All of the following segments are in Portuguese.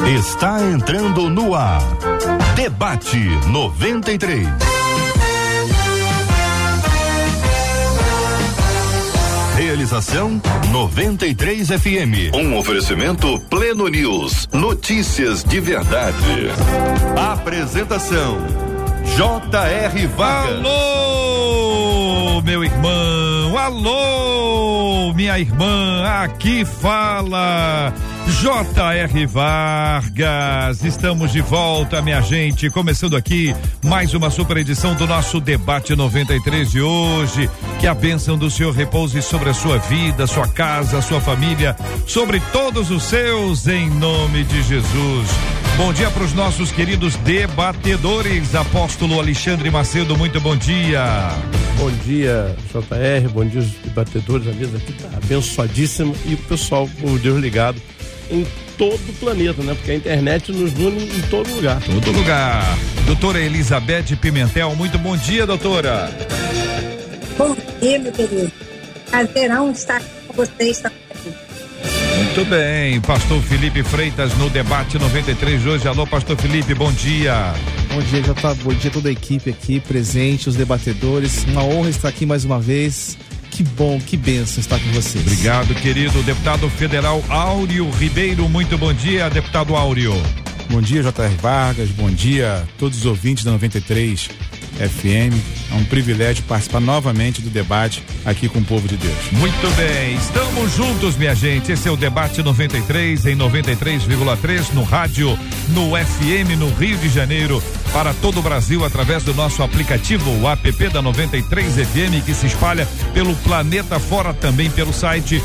Está entrando no ar. Debate 93. Realização 93 FM. Um oferecimento Pleno News. Notícias de verdade. Apresentação J.R. Vargas. Alô, meu irmão. Alô, minha irmã. Aqui fala J.R. Vargas. Estamos de volta, minha gente, começando aqui mais uma super edição do nosso Debate 93 de hoje. Que a bênção do Senhor repouse sobre a sua vida, sua casa, sua família, sobre todos os seus, em nome de Jesus. Bom dia para os nossos queridos debatedores. Apóstolo Alexandre Macedo, muito bom dia. Bom dia, J.R., bom dia os debatedores, a mesa aqui tá abençoadíssima e o pessoal com Deus ligado em todo o planeta, né? Porque a internet nos une em todo lugar. Todo lugar. Doutora Elizabeth Pimentel, muito bom dia, doutora. Bom dia, meu querido. Prazerão estar com vocês também. Muito bem, pastor Felipe Freitas no Debate 93 de hoje. Alô, pastor Felipe, bom dia. Bom dia, bom dia a toda a equipe aqui presente, os debatedores. Uma honra estar aqui mais uma vez. Que bom, que bênção estar com vocês. Obrigado, querido deputado federal Áureo Ribeiro. Muito bom dia, deputado Áureo. Bom dia, J.R. Vargas. Bom dia a todos os ouvintes da 93 FM. É um privilégio participar novamente do debate aqui com o povo de Deus. Muito bem, estamos juntos, minha gente. Esse é o Debate 93 em 93,3 no rádio, no FM no Rio de Janeiro, para todo o Brasil através do nosso aplicativo, o app da 93 FM, que se espalha pelo planeta fora, também pelo site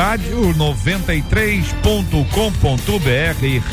radio93.com.br,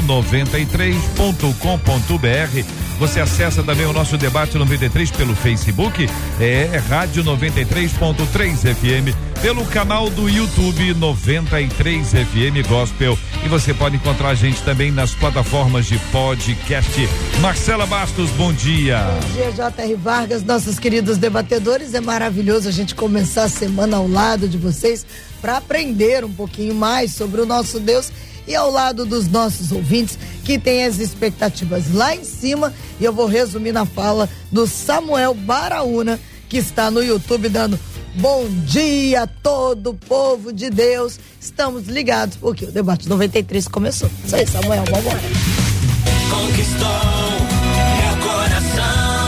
radio93.com.br. Você acessa também o nosso Debate 93 pelo Facebook, Rádio 93.3 FM, pelo canal do YouTube 93 FM Gospel, e você pode encontrar a gente também nas plataformas de podcast. Marcela Bastos, bom dia. Bom dia, J.R. Vargas, nossos queridos debatedores. É maravilhoso a gente começar a semana ao lado de vocês para aprender um pouquinho mais sobre o nosso Deus e ao lado dos nossos ouvintes que tem as expectativas lá em cima. E eu vou resumir na fala do Samuel Baraúna, que está no YouTube dando bom dia a todo o povo de Deus. Estamos ligados porque o Debate 93 começou. Isso aí, Samuel, vamos embora. Conquistou meu coração.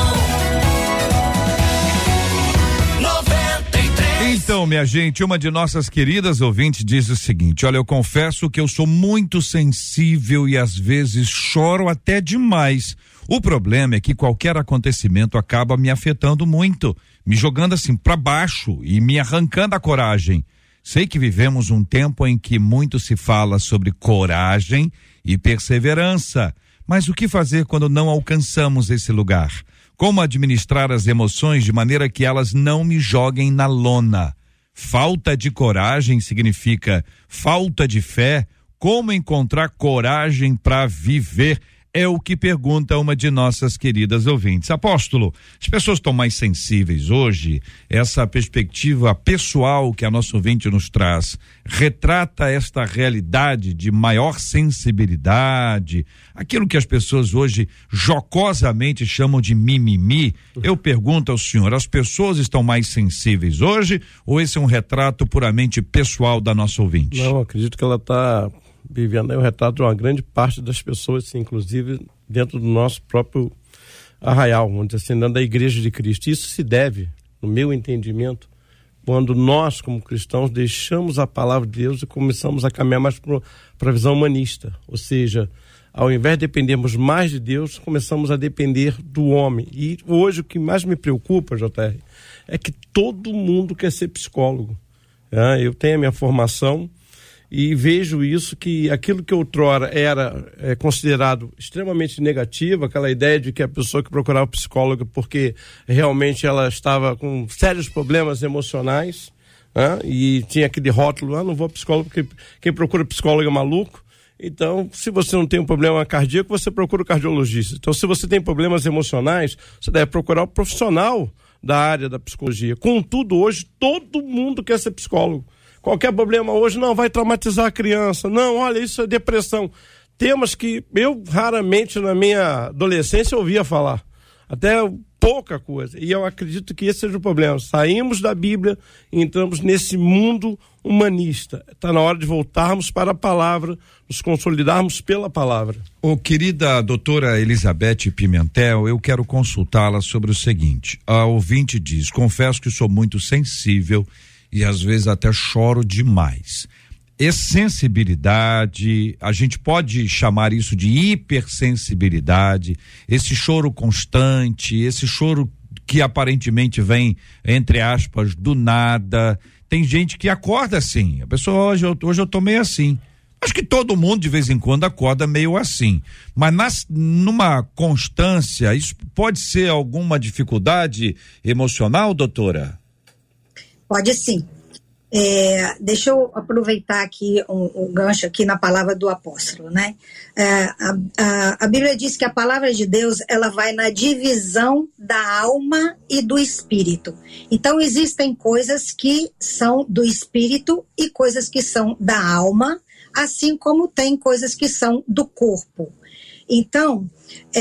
93. Então, minha gente, uma de nossas queridas ouvintes diz o seguinte: olha, eu confesso que eu sou muito sensível e às vezes choro até demais. O problema é que qualquer acontecimento acaba me afetando muito, me jogando assim para baixo e me arrancando a coragem. Sei que vivemos um tempo em que muito se fala sobre coragem e perseverança, mas o que fazer quando não alcançamos esse lugar? Como administrar as emoções de maneira que elas não me joguem na lona? Falta de coragem significa falta de fé. Como encontrar coragem para viver? É o que pergunta uma de nossas queridas ouvintes. Apóstolo, as pessoas estão mais sensíveis hoje. Essa perspectiva pessoal que a nossa ouvinte nos traz retrata esta realidade de maior sensibilidade, aquilo que as pessoas hoje jocosamente chamam de mimimi. Eu pergunto ao senhor, as pessoas estão mais sensíveis hoje ou esse é um retrato puramente pessoal da nossa ouvinte? Não, acredito que ela está vivendo aí o retrato de uma grande parte das pessoas, inclusive dentro do nosso próprio arraial, vamos dizer assim, dentro da Igreja de Cristo. Isso se deve, no meu entendimento, quando nós, como cristãos, deixamos a palavra de Deus e começamos a caminhar mais para a visão humanista. Ou seja, ao invés de dependermos mais de Deus, começamos a depender do homem. E hoje o que mais me preocupa, JR, é que todo mundo quer ser psicólogo. Eu tenho a minha formação e vejo isso, que aquilo que outrora era considerado extremamente negativo, aquela ideia de que a pessoa que procurava psicólogo porque realmente ela estava com sérios problemas emocionais, e tinha aquele rótulo, não vou a psicólogo porque quem procura psicólogo é maluco. Então, se você não tem um problema cardíaco, você procura o cardiologista. Então, se você tem problemas emocionais, você deve procurar um profissional da área da psicologia. Contudo, hoje todo mundo quer ser psicólogo. Qualquer problema hoje, não, vai traumatizar a criança. Não, olha, isso é depressão. temas que eu raramente na minha adolescência ouvia falar. Até pouca coisa. E eu acredito que esse seja o problema. Saímos da Bíblia e entramos nesse mundo humanista. Está na hora de voltarmos para a palavra, nos consolidarmos pela palavra. Querida doutora Elizabeth Pimentel, eu quero consultá-la sobre o seguinte. A ouvinte diz: confesso que sou muito sensível e às vezes até choro demais. Sensibilidade, a gente pode chamar isso de hipersensibilidade, esse choro constante, esse choro que aparentemente vem, entre aspas, do nada. Tem gente que acorda assim, a pessoa, hoje eu tô meio assim. Acho que todo mundo de vez em quando acorda meio assim, mas numa constância, isso pode ser alguma dificuldade emocional, doutora? Pode sim. Deixa eu aproveitar aqui um gancho aqui na palavra do apóstolo, né? A Bíblia diz que a palavra de Deus, ela vai na divisão da alma e do espírito. Então existem coisas que são do espírito e coisas que são da alma, assim como tem coisas que são do corpo. Então,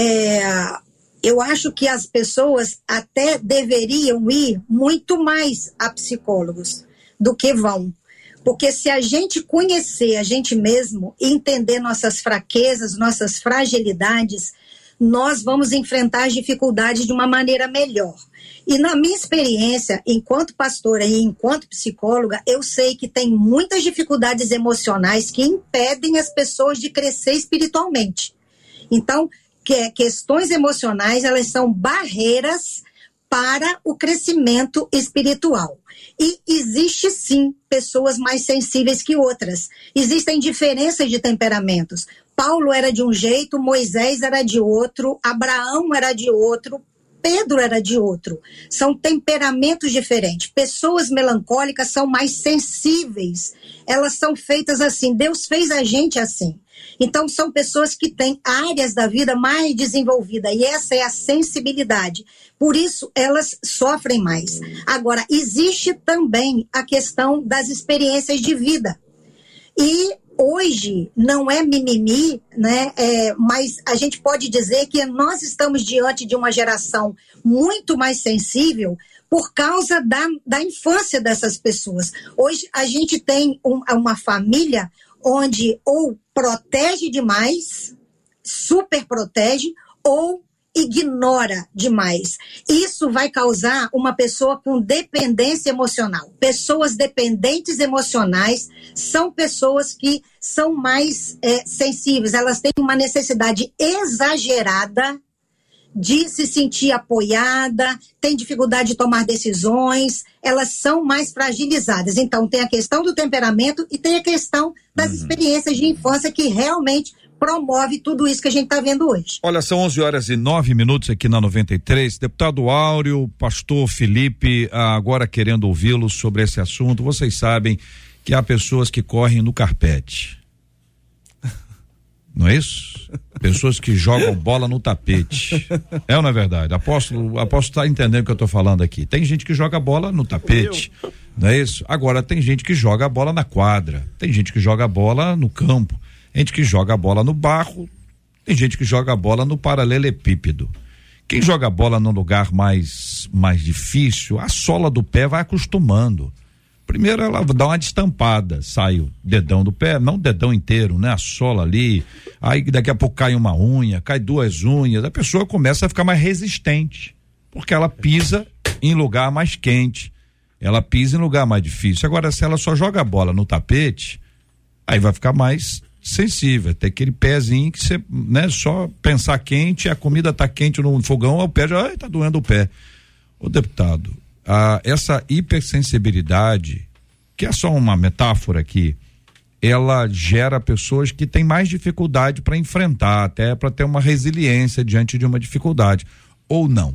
eu acho que as pessoas até deveriam ir muito mais a psicólogos do que vão. Porque se a gente conhecer a gente mesmo e entender nossas fraquezas, nossas fragilidades, nós vamos enfrentar as dificuldades de uma maneira melhor. E na minha experiência, enquanto pastora e enquanto psicóloga, eu sei que tem muitas dificuldades emocionais que impedem as pessoas de crescer espiritualmente. Então, questões emocionais, elas são barreiras para o crescimento espiritual. E existe sim pessoas mais sensíveis que outras. Existem diferenças de temperamentos. Paulo era de um jeito, Moisés era de outro, Abraão era de outro, Pedro era de outro. São temperamentos diferentes. Pessoas melancólicas são mais sensíveis. Elas são feitas assim. Deus fez a gente assim. Então, são pessoas que têm áreas da vida mais desenvolvidas. E essa é a sensibilidade. Por isso, elas sofrem mais. Agora, existe também a questão das experiências de vida. E hoje não é mimimi, né? Mas a gente pode dizer que nós estamos diante de uma geração muito mais sensível por causa da infância dessas pessoas. Hoje a gente tem uma família onde ou protege demais, super protege, ou ignora demais. Isso vai causar uma pessoa com dependência emocional. Pessoas dependentes emocionais são pessoas que são mais sensíveis. Elas têm uma necessidade exagerada de se sentir apoiada, têm dificuldade de tomar decisões, elas são mais fragilizadas. Então, tem a questão do temperamento e tem a questão das experiências de infância que realmente promove tudo isso que a gente está vendo hoje. Olha, são 11h09 aqui na 93. Deputado Áureo, pastor Felipe, agora querendo ouvi-lo sobre esse assunto. Vocês sabem que há pessoas que correm no carpete. Não é isso? Pessoas que jogam bola no tapete. É ou não é verdade? Apóstolo está entendendo o que eu estou falando aqui. Tem gente que joga bola no tapete, não é isso? Agora tem gente que joga a bola na quadra, tem gente que joga a bola no campo, gente que joga a bola no barro, tem gente que joga a bola no paralelepípedo. Quem joga a bola num lugar mais difícil, a sola do pé vai acostumando. Primeiro ela dá uma destampada, sai o dedão do pé, não o dedão inteiro, né? A sola ali, aí daqui a pouco cai uma unha, cai duas unhas, a pessoa começa a ficar mais resistente, porque ela pisa em lugar mais quente, ela pisa em lugar mais difícil. Agora, se ela só joga a bola no tapete, aí vai ficar mais sensível, tem aquele pezinho que você, né? Só pensar quente, a comida tá quente no fogão, o pé já, tá doendo o pé. Ô deputado, essa hipersensibilidade, que é só uma metáfora aqui, ela gera pessoas que têm mais dificuldade para enfrentar, até para ter uma resiliência diante de uma dificuldade, ou não?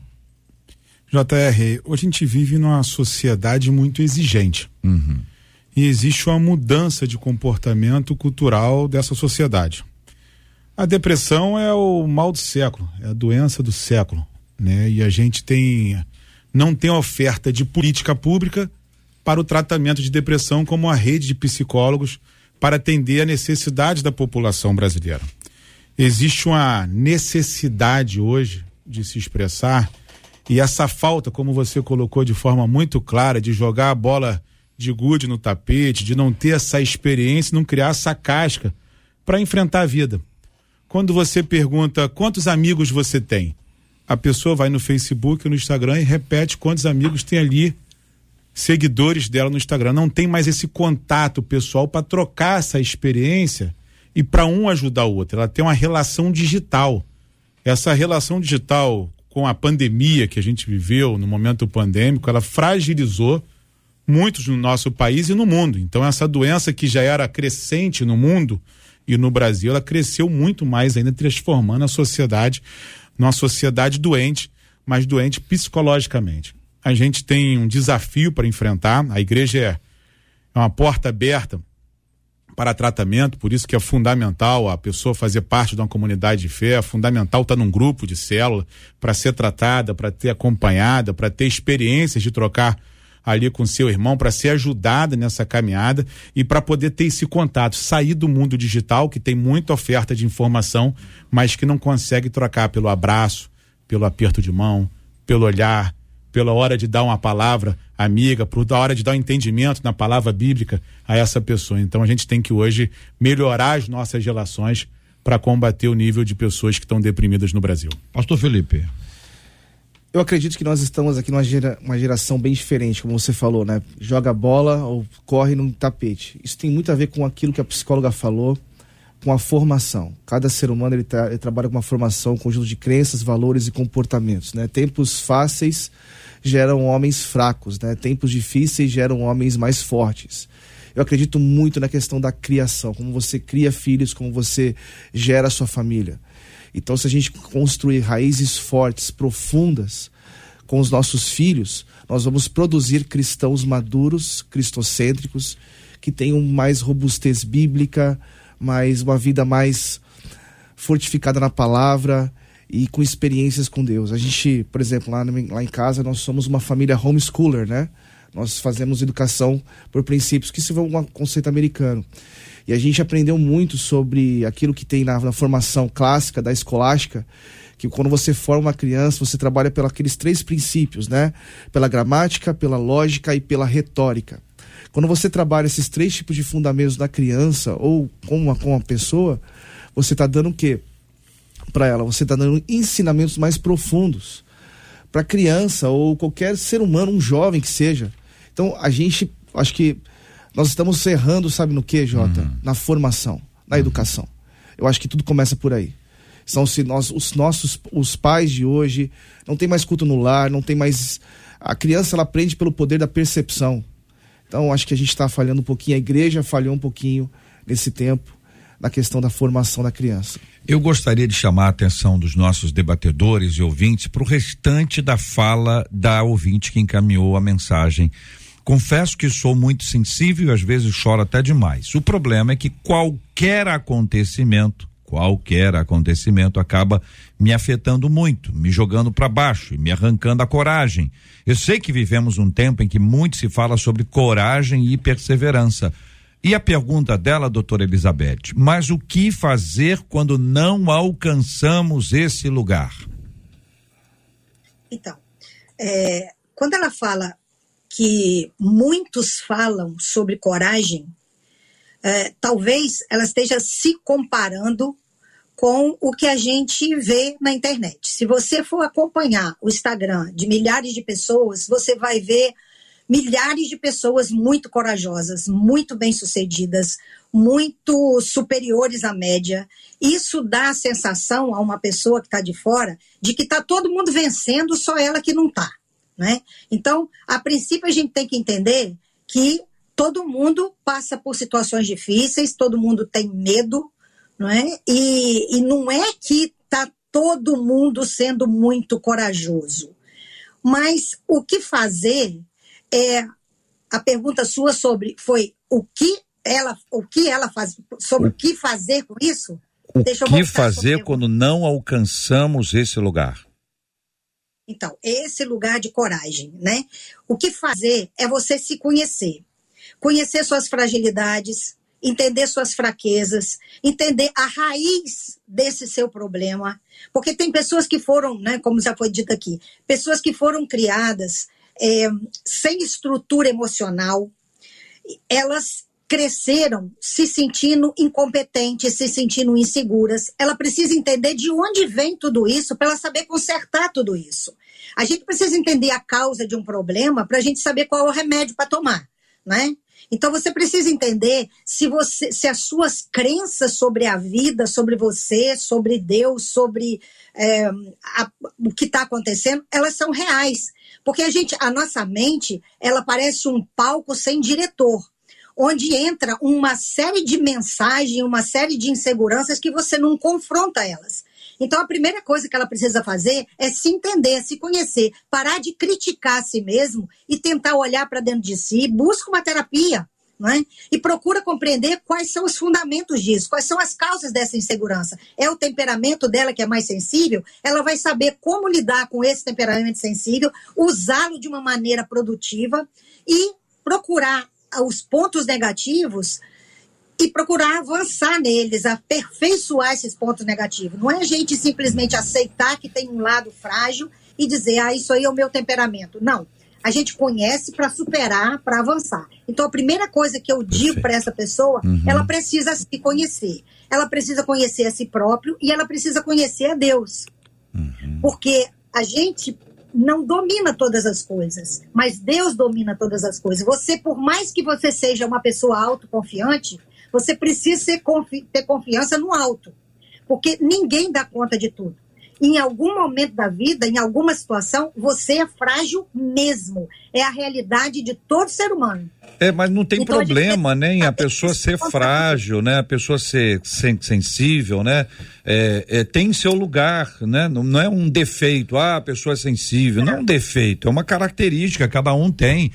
JR, hoje a gente vive numa sociedade muito exigente. E existe uma mudança de comportamento cultural dessa sociedade. A depressão é o mal do século, é a doença do século, né? E a gente não tem oferta de política pública para o tratamento de depressão como a rede de psicólogos para atender a necessidade da população brasileira. Existe uma necessidade hoje de se expressar, e essa falta, como você colocou de forma muito clara, de jogar a bola de gude no tapete, de não ter essa experiência, não criar essa casca para enfrentar a vida. Quando você pergunta quantos amigos você tem, a pessoa vai no Facebook ou no Instagram e repete quantos amigos tem ali, seguidores dela no Instagram. Não tem mais esse contato pessoal para trocar essa experiência e para um ajudar o outro. Ela tem uma relação digital. Essa relação digital, com a pandemia que a gente viveu no momento pandêmico, ela fragilizou muitos no nosso país e no mundo. Então essa doença que já era crescente no mundo e no Brasil, ela cresceu muito mais ainda, transformando a sociedade numa sociedade doente, mas doente psicologicamente. A gente tem um desafio para enfrentar. A igreja é uma porta aberta para tratamento, por isso que é fundamental a pessoa fazer parte de uma comunidade de fé, é fundamental estar num grupo de célula para ser tratada, para ter acompanhada, para ter experiências de trocar ali com seu irmão, para ser ajudada nessa caminhada e para poder ter esse contato, sair do mundo digital, que tem muita oferta de informação, mas que não consegue trocar pelo abraço, pelo aperto de mão, pelo olhar, pela hora de dar uma palavra amiga, por da hora de dar um entendimento na palavra bíblica a essa pessoa. Então a gente tem que hoje melhorar as nossas relações para combater o nível de pessoas que estão deprimidas no Brasil. Pastor Felipe. Eu acredito que nós estamos aqui numa geração bem diferente, como você falou, né? Joga bola ou corre no tapete. Isso tem muito a ver com aquilo que a psicóloga falou, com a formação. Cada ser humano ele trabalha com uma formação, um conjunto de crenças, valores e comportamentos, né? Tempos fáceis geram homens fracos, né? Tempos difíceis geram homens mais fortes. Eu acredito muito na questão da criação, como você cria filhos, como você gera a sua família. Então, se a gente construir raízes fortes, profundas com os nossos filhos, nós vamos produzir cristãos maduros, cristocêntricos, que tenham mais robustez bíblica, mais uma vida mais fortificada na palavra e com experiências com Deus. A gente, por exemplo, lá em casa, nós somos uma família homeschooler, né? Nós fazemos educação por princípios, que isso é um conceito americano. E a gente aprendeu muito sobre aquilo que tem na formação clássica da escolástica, que quando você forma uma criança, você trabalha pelos aqueles 3 princípios, né? Pela gramática, pela lógica e pela retórica. Quando você trabalha esses 3 tipos de fundamentos da criança ou com uma pessoa, você está dando o quê para ela? Você está dando ensinamentos mais profundos para a criança ou qualquer ser humano, um jovem que seja. Então, a gente, acho que nós estamos errando, sabe no que, Jota? Na formação, na educação. Eu acho que tudo começa por aí. São se nós, os pais de hoje, não tem mais culto no lar, não tem mais... A criança, ela aprende pelo poder da percepção. Então, acho que a gente está falhando um pouquinho, a igreja falhou um pouquinho nesse tempo, na questão da formação da criança. Eu gostaria de chamar a atenção dos nossos debatedores e ouvintes para o restante da fala da ouvinte que encaminhou a mensagem. Confesso que sou muito sensível e às vezes choro até demais. O problema é que qualquer acontecimento acaba me afetando muito, me jogando para baixo e me arrancando a coragem. Eu sei que vivemos um tempo em que muito se fala sobre coragem e perseverança. E a pergunta dela, doutora Elizabeth, mas o que fazer quando não alcançamos esse lugar? Então, quando ela fala que muitos falam sobre coragem, talvez ela esteja se comparando com o que a gente vê na internet. Se você for acompanhar o Instagram de milhares de pessoas, você vai ver milhares de pessoas muito corajosas, muito bem-sucedidas, muito superiores à média. Isso dá a sensação a uma pessoa que está de fora de que está todo mundo vencendo, só ela que não está, né? Então, a princípio, a gente tem que entender que todo mundo passa por situações difíceis, todo mundo tem medo, não é? E não é que está todo mundo sendo muito corajoso. Mas o que fazer... a pergunta sua foi o que ela faz, sobre o que fazer com isso? O que fazer quando não alcançamos esse lugar? Então, esse lugar de coragem, né? O que fazer é você se conhecer suas fragilidades, entender suas fraquezas, entender a raiz desse seu problema, porque tem pessoas que foram, né, como já foi dito aqui, pessoas que foram criadas sem estrutura emocional, elas cresceram se sentindo incompetentes, se sentindo inseguras. Ela precisa entender de onde vem tudo isso para ela saber consertar tudo isso. A gente precisa entender a causa de um problema para a gente saber qual é o remédio para tomar, né? Então você precisa entender se as suas crenças sobre a vida, sobre você, sobre Deus, sobre o que está acontecendo, elas são reais. Porque a nossa mente, ela parece um palco sem diretor, onde entra uma série de mensagens, uma série de inseguranças que você não confronta elas. Então, a primeira coisa que ela precisa fazer é se entender, se conhecer, parar de criticar a si mesmo e tentar olhar para dentro de si, busca uma terapia, não é? E procura compreender quais são os fundamentos disso, quais são as causas dessa insegurança. É o temperamento dela que é mais sensível? Ela vai saber como lidar com esse temperamento sensível, usá-lo de uma maneira produtiva e procurar os pontos negativos e procurar avançar neles, aperfeiçoar esses pontos negativos. Não é a gente simplesmente aceitar que tem um lado frágil e dizer, isso aí é o meu temperamento. Não. A gente conhece para superar, para avançar. Então, a primeira coisa que eu digo para essa pessoa, ela precisa se conhecer. Ela precisa conhecer a si próprio e ela precisa conhecer a Deus. Porque a gente não domina todas as coisas, mas Deus domina todas as coisas. Você, por mais que você seja uma pessoa autoconfiante, você precisa ter confiança no alto, porque ninguém dá conta de tudo. Em algum momento da vida, em alguma situação, você é frágil mesmo. É a realidade de todo ser humano. Mas não tem então, problema, né, em a pessoa ser frágil, né, a pessoa ser sensível, né, tem seu lugar, né, não é um defeito, a pessoa é sensível, não é um defeito, é uma característica, cada um tem.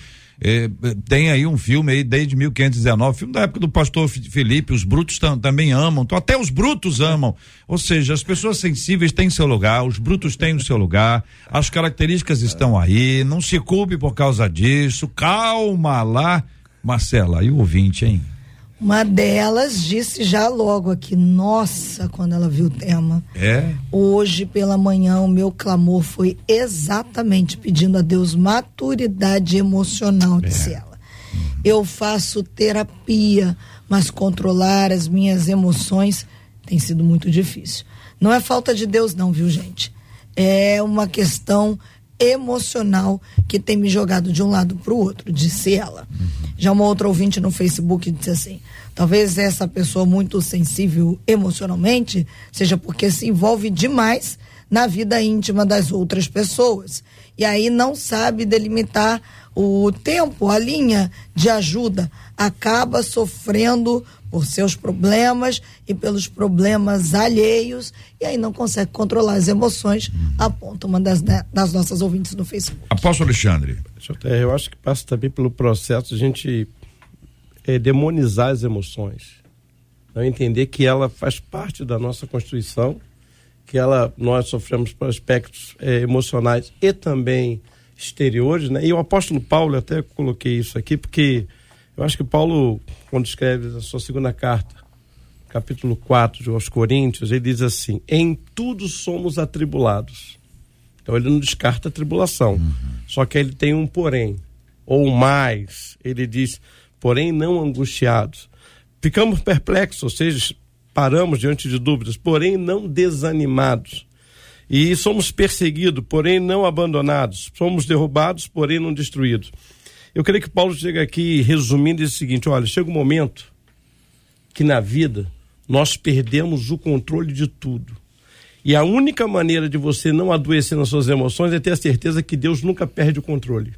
Tem aí um filme aí desde 1519, filme da época do pastor Felipe, os brutos também amam, então até os brutos amam, ou seja, as pessoas sensíveis têm seu lugar, os brutos têm o seu lugar, as características estão aí, não se culpe por causa disso, calma lá, Marcela, e o ouvinte, hein? Uma delas disse já logo aqui, nossa, quando ela viu o tema. Hoje pela manhã o meu clamor foi exatamente pedindo a Deus maturidade emocional, disse ela. Eu faço terapia, mas controlar as minhas emoções tem sido muito difícil. Não é falta de Deus não, viu, gente? É uma questão emocional que tem me jogado de um lado para o outro, disse ela. Já uma outra ouvinte no Facebook disse assim, talvez essa pessoa muito sensível emocionalmente seja porque se envolve demais na vida íntima das outras pessoas e aí não sabe delimitar o tempo, a linha de ajuda, acaba sofrendo por seus problemas e pelos problemas alheios e aí não consegue controlar as emoções, aponta uma das nossas ouvintes no Facebook. Apóstolo Alexandre. Eu acho que passa também pelo processo de a gente demonizar as emoções, não entender que ela faz parte da nossa constituição, que nós sofremos por aspectos emocionais e também exteriores, né? E o apóstolo Paulo, eu até coloquei isso aqui, porque eu acho que Paulo, quando escreve a sua segunda carta, capítulo 4 aos Coríntios, ele diz assim, em tudo somos atribulados. Então ele não descarta a tribulação, só que ele tem um porém, ou mais, ele diz, porém não angustiados. Ficamos perplexos, ou seja, paramos diante de dúvidas, porém não desanimados. E somos perseguidos, porém não abandonados. Somos derrubados, porém não destruídos. Eu creio que Paulo chega aqui resumindo o seguinte, olha, chega um momento que na vida nós perdemos o controle de tudo. E a única maneira de você não adoecer nas suas emoções é ter a certeza que Deus nunca perde o controle.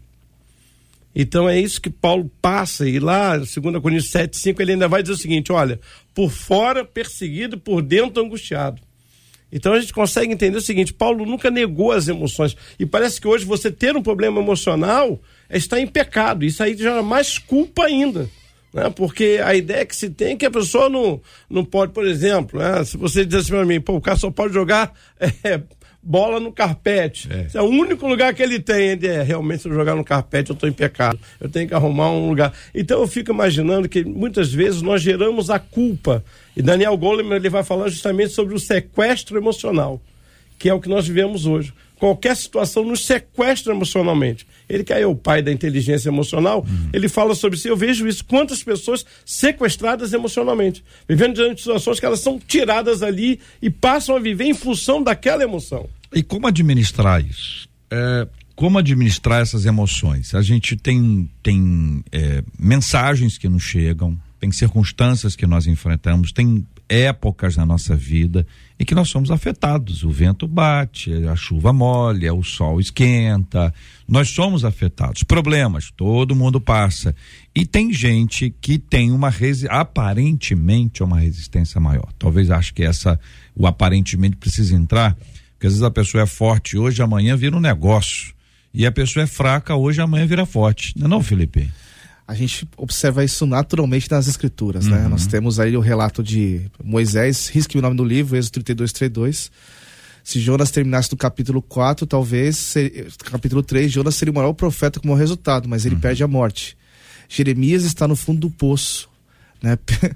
Então é isso que Paulo passa, e lá, 2 Coríntios 7:5, ele ainda vai dizer o seguinte, olha, por fora perseguido, por dentro angustiado. Então a gente consegue entender o seguinte, Paulo nunca negou as emoções, e parece que hoje você ter um problema emocional é estar em pecado, isso aí já é mais culpa ainda, né? Porque a ideia que se tem é que a pessoa não pode, por exemplo, né? Se você diz assim para mim, o cara só pode jogar bola no carpete. Esse é o único lugar que ele tem. Realmente, se eu jogar no carpete, eu estou em pecado. Eu tenho que arrumar um lugar. Então, eu fico imaginando que muitas vezes nós geramos a culpa. E Daniel Goleman, ele vai falar justamente sobre o sequestro emocional, que é o que nós vivemos hoje. Qualquer situação nos sequestra emocionalmente. Ele que é o pai da inteligência emocional, ele fala sobre isso. Eu vejo isso, quantas pessoas sequestradas emocionalmente, vivendo diante de situações que elas são tiradas ali e passam a viver em função daquela emoção. E como administrar isso? Como administrar essas emoções? A gente tem mensagens que nos chegam, tem circunstâncias que nós enfrentamos, tem épocas na nossa vida em que nós somos afetados. O vento bate, a chuva molha, o sol esquenta, nós somos afetados. Problemas, todo mundo passa. E tem gente que tem aparentemente uma resistência maior. Talvez ache que o aparentemente precisa entrar, porque às vezes a pessoa é forte hoje, amanhã vira um negócio. E a pessoa é fraca hoje, amanhã vira forte. Não, Felipe? A gente observa isso naturalmente nas escrituras, né? Nós temos aí o relato de Moisés, risque o nome do livro, Êxodo 32:32. Se Jonas terminasse no capítulo 4, talvez, capítulo 3, Jonas seria o maior profeta como resultado, mas ele perde a morte. Jeremias está no fundo do poço, né?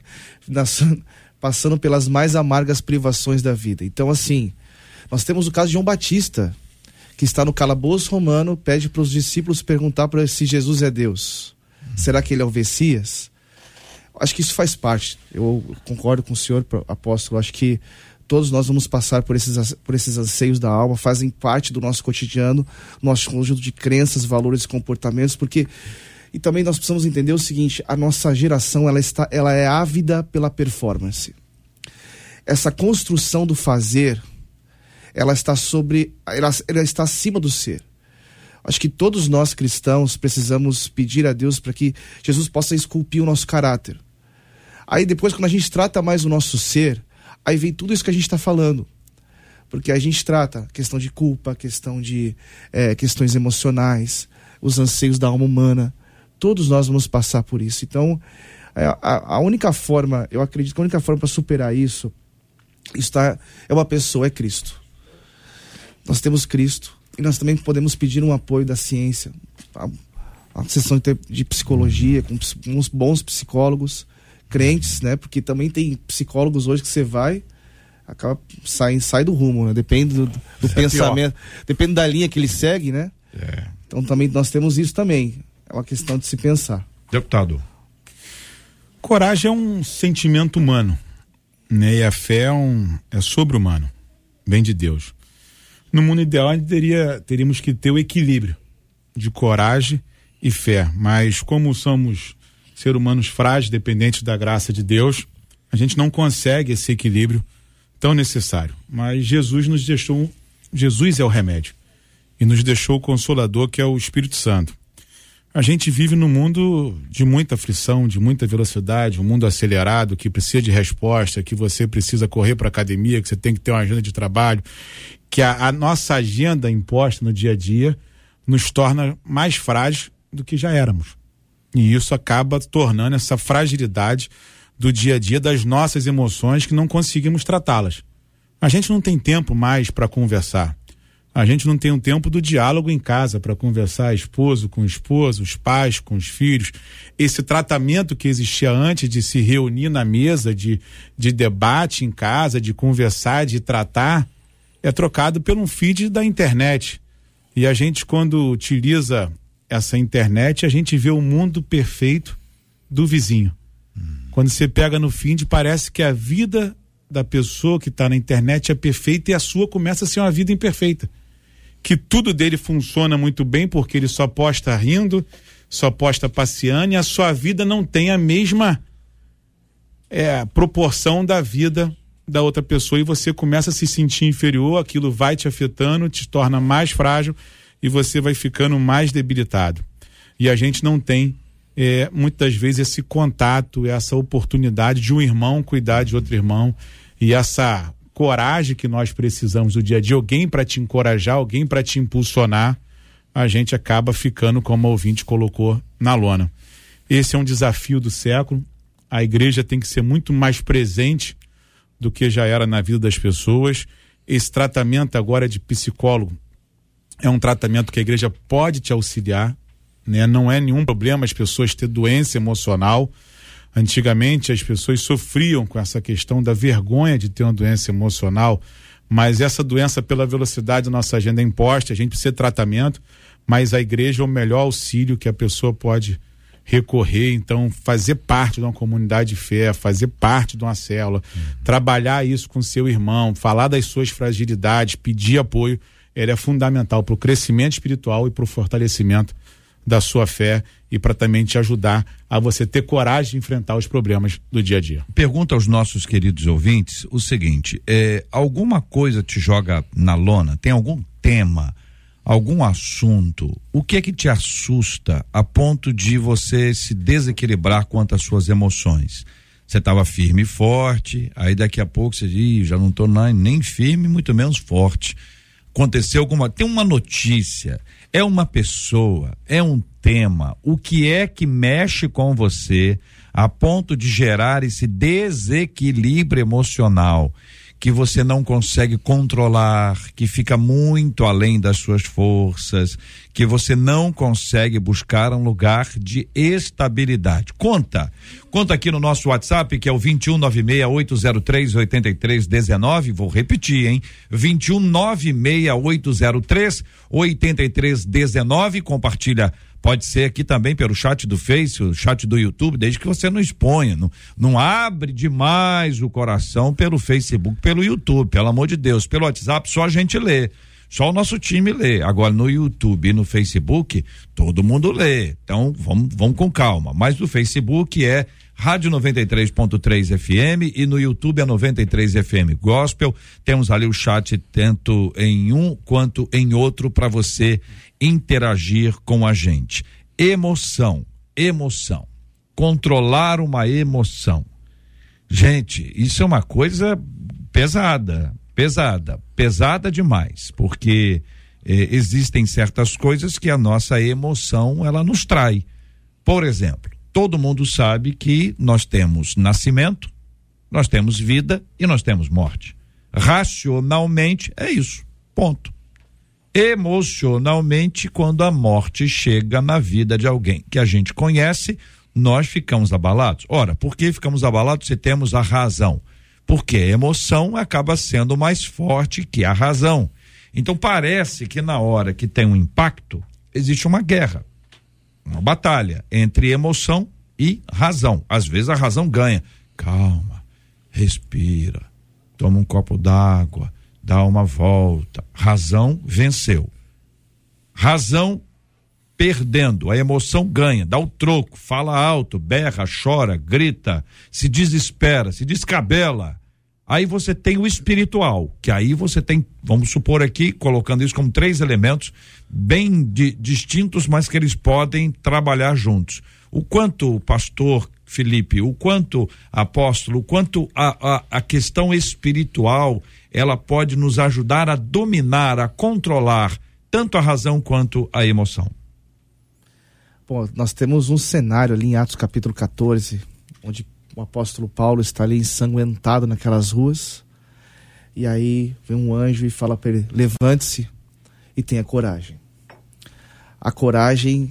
Passando pelas mais amargas privações da vida. Então, assim, nós temos o caso de João Batista, que está no calabouço romano, pede para os discípulos perguntar para se Jesus é Deus. Será que ele é o Messias? Acho que isso faz parte. Eu concordo com o senhor, apóstolo. Acho que todos nós vamos passar por esses anseios da alma, fazem parte do nosso cotidiano, nosso conjunto de crenças, valores e comportamentos, porque... E também nós precisamos entender o seguinte: a nossa geração ela é ávida pela performance. Essa construção do fazer, ela está acima do ser. Acho que todos nós cristãos precisamos pedir a Deus para que Jesus possa esculpir o nosso caráter. Aí depois, quando a gente trata mais o nosso ser, aí vem tudo isso que a gente está falando. Porque a gente trata questão de culpa, questão de questões emocionais, os anseios da alma humana. Todos nós vamos passar por isso. Então, a única forma, eu acredito que a única forma para superar isso é uma pessoa, é Cristo. Nós temos Cristo. E nós também podemos pedir um apoio da ciência, a sessão de psicologia, com uns bons psicólogos, crentes, né? Porque também tem psicólogos hoje que você vai, sai do rumo, né? Depende do pensamento, depende da linha que ele segue, né? Então também nós temos isso também, é uma questão de se pensar. Deputado. Coragem é um sentimento humano, né? E a fé é sobre-humano, vem de Deus. No mundo ideal, teríamos que ter o equilíbrio de coragem e fé. Mas como somos seres humanos frágeis, dependentes da graça de Deus, a gente não consegue esse equilíbrio tão necessário. Mas Jesus é o remédio. E nos deixou o Consolador, que é o Espírito Santo. A gente vive num mundo de muita aflição, de muita velocidade, um mundo acelerado, que precisa de resposta, que você precisa correr para a academia, que você tem que ter uma agenda de trabalho, que a nossa agenda imposta no dia a dia nos torna mais frágeis do que já éramos. E isso acaba tornando essa fragilidade do dia a dia das nossas emoções, que não conseguimos tratá-las. A gente não tem tempo mais para conversar. A gente não tem um tempo do diálogo em casa para conversar esposo com esposa, os pais com os filhos. Esse tratamento que existia antes de se reunir na mesa, de debate em casa, de conversar, de tratar, é trocado por um feed da internet. E a gente, quando utiliza essa internet, a gente vê o mundo perfeito do vizinho. Quando você pega no feed, parece que a vida da pessoa que está na internet é perfeita e a sua começa a ser uma vida imperfeita. Que tudo dele funciona muito bem porque ele só posta rindo, só posta passeando, e a sua vida não tem a mesma proporção da vida da outra pessoa, e você começa a se sentir inferior, aquilo vai te afetando, te torna mais frágil e você vai ficando mais debilitado. E a gente não tem muitas vezes esse contato, essa oportunidade de um irmão cuidar de outro irmão, e essa coragem que nós precisamos do dia a dia, alguém para te encorajar, alguém para te impulsionar, a gente acaba ficando, como a ouvinte colocou, na lona. Esse é um desafio do século. A igreja tem que ser muito mais presente do que já era na vida das pessoas, esse tratamento agora de psicólogo é um tratamento que a igreja pode te auxiliar, né? Não é nenhum problema as pessoas terem doença emocional. Antigamente as pessoas sofriam com essa questão da vergonha de ter uma doença emocional, mas essa doença, pela velocidade da nossa agenda é imposta, a gente precisa de tratamento, mas a igreja é o melhor auxílio que a pessoa pode recorrer. Então, fazer parte de uma comunidade de fé, fazer parte de uma célula, trabalhar isso com seu irmão, falar das suas fragilidades, pedir apoio, ele é fundamental para o crescimento espiritual e para o fortalecimento da sua fé e para também te ajudar a você ter coragem de enfrentar os problemas do dia a dia. Pergunta aos nossos queridos ouvintes o seguinte: alguma coisa te joga na lona? Tem algum tema, algum assunto? O que é que te assusta a ponto de você se desequilibrar quanto às suas emoções? Você estava firme e forte, aí daqui a pouco você diz, já não estou nem firme, muito menos forte. Aconteceu tem uma notícia, é uma pessoa, é um tema, o que é que mexe com você a ponto de gerar esse desequilíbrio emocional que você não consegue controlar, que fica muito além das suas forças, que você não consegue buscar um lugar de estabilidade? Conta aqui no nosso WhatsApp, que é o 2196-803-8319, vou repetir, hein? 2196-803-8319, compartilha. Pode ser aqui também pelo chat do Face, o chat do YouTube, desde que você não exponha, não abre demais o coração pelo Facebook, pelo YouTube, pelo amor de Deus. Pelo WhatsApp só a gente lê, só o nosso time lê. Agora no YouTube e no Facebook todo mundo lê, então vamos com calma. Mas no Facebook é Rádio 93.3 FM e no YouTube é 93 FM Gospel. Temos ali o chat tanto em um quanto em outro para você interagir com a gente. Emoção. Controlar uma emoção. Gente, isso é uma coisa pesada demais, porque existem certas coisas que a nossa emoção, ela nos trai. Por exemplo, todo mundo sabe que nós temos nascimento, nós temos vida e nós temos morte. Racionalmente é isso, ponto. Emocionalmente, quando a morte chega na vida de alguém que a gente conhece, nós ficamos abalados. Ora, por que ficamos abalados se temos a razão? Porque a emoção acaba sendo mais forte que a razão. Então parece que na hora que tem um impacto, existe uma guerra, uma batalha entre emoção e razão. Às vezes a razão ganha. Calma, respira, toma um copo d'água, dá uma volta. Razão venceu. Razão perdendo, a emoção ganha, dá o troco, fala alto, berra, chora, grita, se desespera, se descabela. Aí você tem o espiritual, que aí você tem, vamos supor aqui, colocando isso como 3 elementos bem distintos, mas que eles podem trabalhar juntos. O quanto o pastor Felipe, o quanto apóstolo, o quanto a questão espiritual, ela pode nos ajudar a dominar, a controlar tanto a razão quanto a emoção. Bom, nós temos um cenário ali em Atos capítulo 14, onde o apóstolo Paulo está ali ensanguentado naquelas ruas, e aí vem um anjo e fala para ele: levante-se e tenha coragem. A coragem,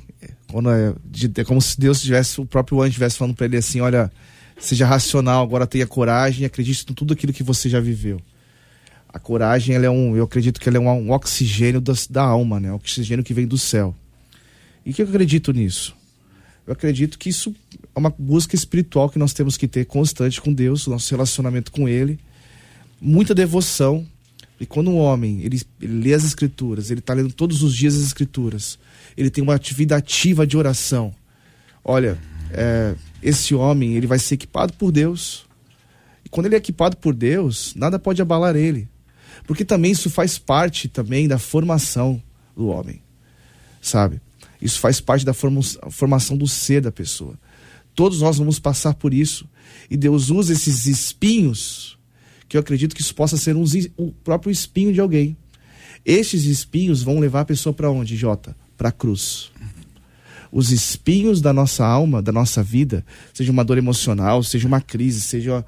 é como se Deus tivesse, o próprio anjo estivesse falando para ele assim: olha, seja racional, agora tenha coragem e acredite em tudo aquilo que você já viveu. A coragem, eu acredito que ela é um oxigênio da alma, né? Oxigênio que vem do céu. E o que eu acredito nisso? Eu acredito que isso é uma busca espiritual que nós temos que ter constante com Deus, o nosso relacionamento com Ele, muita devoção. E quando um homem, ele lê as Escrituras, ele está lendo todos os dias as Escrituras, ele tem uma atividade ativa de oração. Olha, esse homem, ele vai ser equipado por Deus. E quando ele é equipado por Deus, nada pode abalar ele. Porque também isso faz parte também da formação do homem, sabe? Isso faz parte da formação do ser da pessoa. Todos nós vamos passar por isso. E Deus usa esses espinhos, que eu acredito que isso possa ser o próprio espinho de alguém. Estes espinhos vão levar a pessoa para onde, Jota? Para a cruz. os espinhos da nossa alma, da nossa vida, seja uma dor emocional, seja uma crise, seja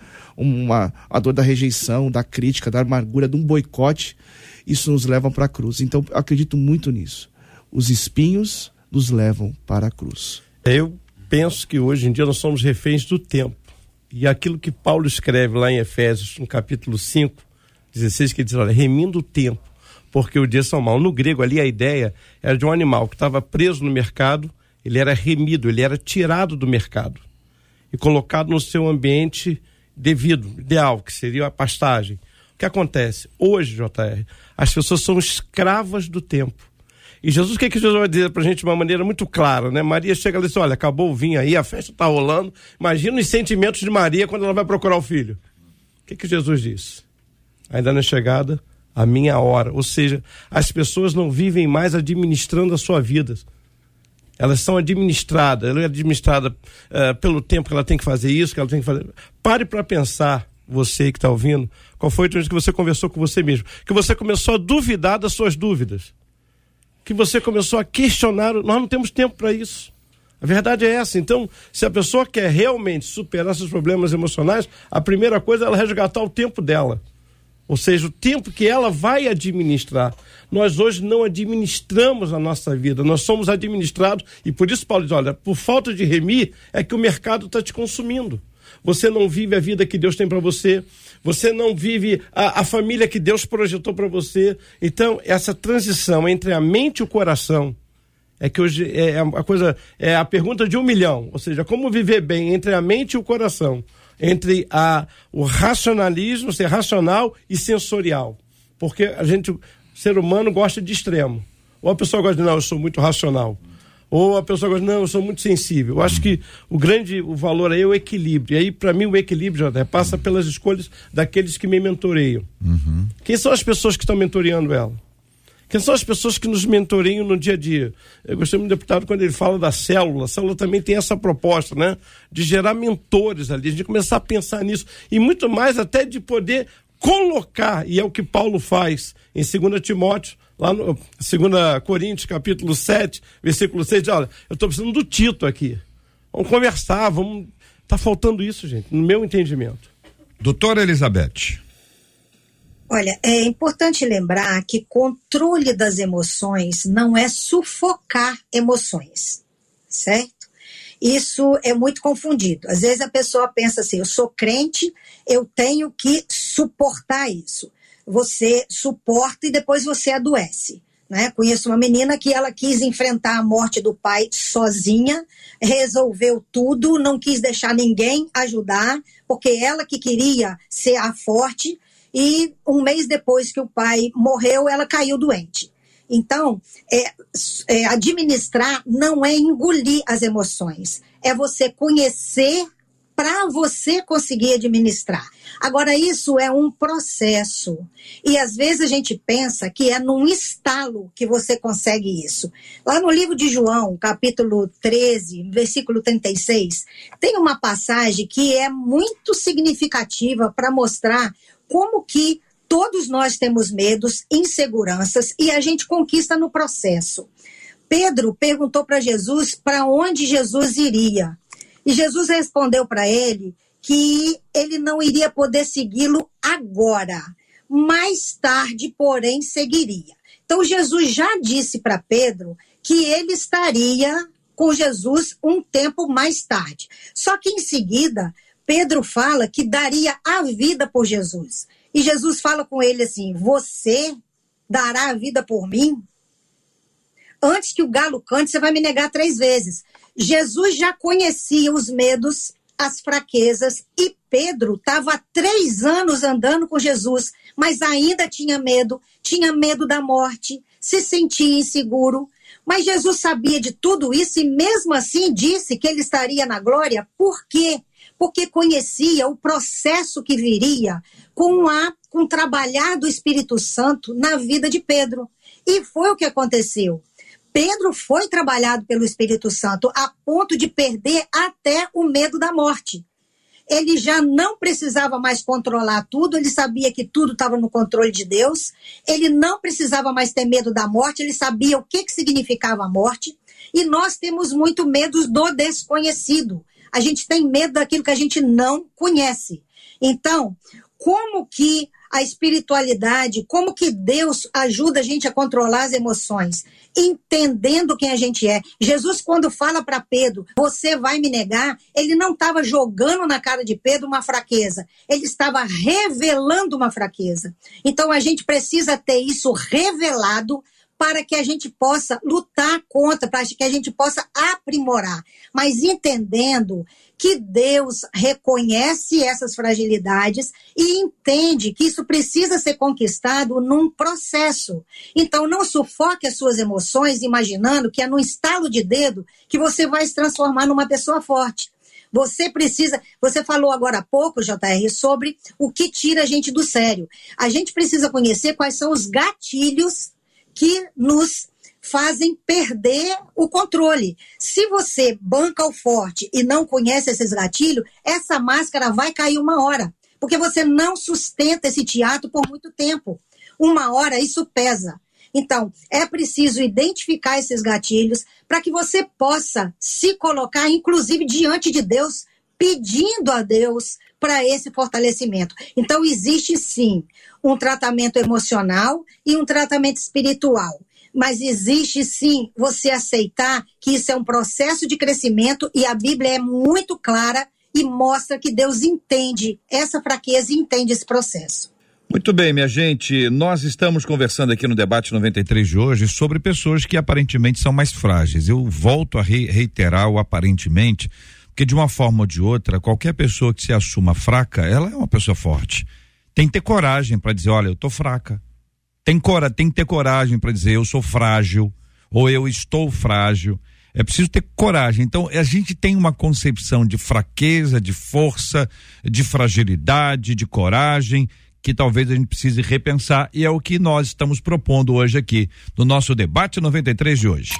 a dor da rejeição, da crítica, da amargura, de um boicote, isso nos leva para a cruz. Então, eu acredito muito nisso. Os espinhos nos levam para a cruz. Eu penso que hoje em dia nós somos reféns do tempo. E aquilo que Paulo escreve lá em Efésios, no capítulo 5, 16, que diz, olha, remindo o tempo, porque o dia são maus. No grego ali a ideia era de um animal que estava preso no mercado, ele era remido, ele era tirado do mercado e colocado no seu ambiente devido, ideal, que seria a pastagem. O que acontece? Hoje, JR, as pessoas são escravas do tempo. E Jesus, o que Jesus vai dizer pra gente de uma maneira muito clara, né? Maria chega ali e diz, olha, acabou o vinho aí, a festa tá rolando. Imagina os sentimentos de Maria quando ela vai procurar o filho. O que Jesus diz? Ainda não é chegada a minha hora. Ou seja, as pessoas não vivem mais administrando a sua vida. Elas são administradas. Ela é administrada pelo tempo que ela tem que fazer isso, que ela tem que fazer. Pare para pensar, você que está ouvindo, qual foi o dia que você conversou com você mesmo? Que você começou a duvidar das suas dúvidas. Que você começou a questionar. Nós não temos tempo para isso. A verdade é essa. Então, se a pessoa quer realmente superar seus problemas emocionais, a primeira coisa é ela resgatar o tempo dela. Ou seja, o tempo que ela vai administrar. Nós hoje não administramos a nossa vida, nós somos administrados, e por isso Paulo diz, olha, por falta de remir, é que o mercado está te consumindo. Você não vive a vida que Deus tem para você, você não vive a família que Deus projetou para você. Então, essa transição entre a mente e o coração, é que hoje é a pergunta de 1 milhão, ou seja, como viver bem entre a mente e o coração, entre o racionalismo, ser racional e sensorial, porque o ser humano gosta de extremo, ou a pessoa gosta de, não, eu sou muito racional, ou a pessoa gosta de, não, eu sou muito sensível. Eu acho que o valor aí é o equilíbrio, e aí para mim o equilíbrio passa pelas escolhas daqueles que me mentoreiam. Quem são as pessoas que estão mentoreando ela? Quem são as pessoas que nos mentoreiam no dia a dia? Eu gostei muito do deputado quando ele fala da célula. A célula também tem essa proposta, né? De gerar mentores ali, de começar a pensar nisso. E muito mais até de poder colocar, e é o que Paulo faz em 2 Timóteo, lá no 2 Coríntios, capítulo 7, versículo 6, diz, olha, eu estou precisando do Tito aqui. Vamos conversar, Tá faltando isso, gente, no meu entendimento. Doutora Elizabeth. Olha, é importante lembrar que controle das emoções não é sufocar emoções, certo? Isso é muito confundido. Às vezes a pessoa pensa assim, eu sou crente, eu tenho que suportar isso. Você suporta e depois você adoece, né? Conheço uma menina que ela quis enfrentar a morte do pai sozinha, resolveu tudo, não quis deixar ninguém ajudar, porque ela que queria ser a forte. E 1 mês depois que o pai morreu, ela caiu doente. Então, administrar não é engolir as emoções. É você conhecer para você conseguir administrar. Agora, isso é um processo. E às vezes a gente pensa que é num estalo que você consegue isso. Lá no livro de João, capítulo 13, versículo 36, tem uma passagem que é muito significativa para mostrar como que todos nós temos medos, inseguranças, e a gente conquista no processo. Pedro perguntou para Jesus para onde Jesus iria. E Jesus respondeu para ele que ele não iria poder segui-lo agora. Mais tarde, porém, seguiria. Então, Jesus já disse para Pedro que ele estaria com Jesus um tempo mais tarde. Só que, em seguida, Pedro fala que daria a vida por Jesus. E Jesus fala com ele assim, você dará a vida por mim? Antes que o galo cante, você vai me negar 3 vezes. Jesus já conhecia os medos, as fraquezas, e Pedro estava há 3 anos andando com Jesus, mas ainda tinha medo da morte, se sentia inseguro. Mas Jesus sabia de tudo isso e mesmo assim disse que ele estaria na glória. Por quê? Porque conhecia o processo que viria com o trabalhar do Espírito Santo na vida de Pedro. E foi o que aconteceu. Pedro foi trabalhado pelo Espírito Santo a ponto de perder até o medo da morte. Ele já não precisava mais controlar tudo, ele sabia que tudo estava no controle de Deus, ele não precisava mais ter medo da morte, ele sabia o que significava a morte, E nós temos muito medo do desconhecido. A gente tem medo daquilo que a gente não conhece. Então, como que a espiritualidade, como que Deus ajuda a gente a controlar as emoções? Entendendo quem a gente é. Jesus, quando fala para Pedro, você vai me negar, ele não estava jogando na cara de Pedro uma fraqueza, ele estava revelando uma fraqueza. Então, a gente precisa ter isso revelado para que a gente possa lutar contra, para que a gente possa aprimorar, mas entendendo que Deus reconhece essas fragilidades e entende que isso precisa ser conquistado num processo. Então, não sufoque as suas emoções imaginando que é no estalo de dedo que você vai se transformar numa pessoa forte. Você falou agora há pouco, JR, sobre o que tira a gente do sério. A gente precisa conhecer quais são os gatilhos que nos fazem perder o controle. Se você banca o forte e não conhece esses gatilhos, essa máscara vai cair uma hora, porque você não sustenta esse teatro por muito tempo. Uma hora isso pesa. Então, é preciso identificar esses gatilhos para que você possa se colocar, inclusive, diante de Deus, pedindo a Deus para esse fortalecimento. Então, existe sim um tratamento emocional e um tratamento espiritual. Mas existe sim você aceitar que isso é um processo de crescimento e a Bíblia é muito clara e mostra que Deus entende essa fraqueza e entende esse processo. Muito bem, minha gente, nós estamos conversando aqui no Debate 93 de hoje sobre pessoas que aparentemente são mais frágeis. Eu volto a reiterar o aparentemente, porque de uma forma ou de outra, qualquer pessoa que se assuma fraca, ela é uma pessoa forte. Tem que ter coragem para dizer, olha, eu tô fraca. Tem que ter coragem para dizer, eu sou frágil, ou eu estou frágil. É preciso ter coragem. Então, a gente tem uma concepção de fraqueza, de força, de fragilidade, de coragem, que talvez a gente precise repensar, e é o que nós estamos propondo hoje aqui, no nosso Debate 93 de hoje.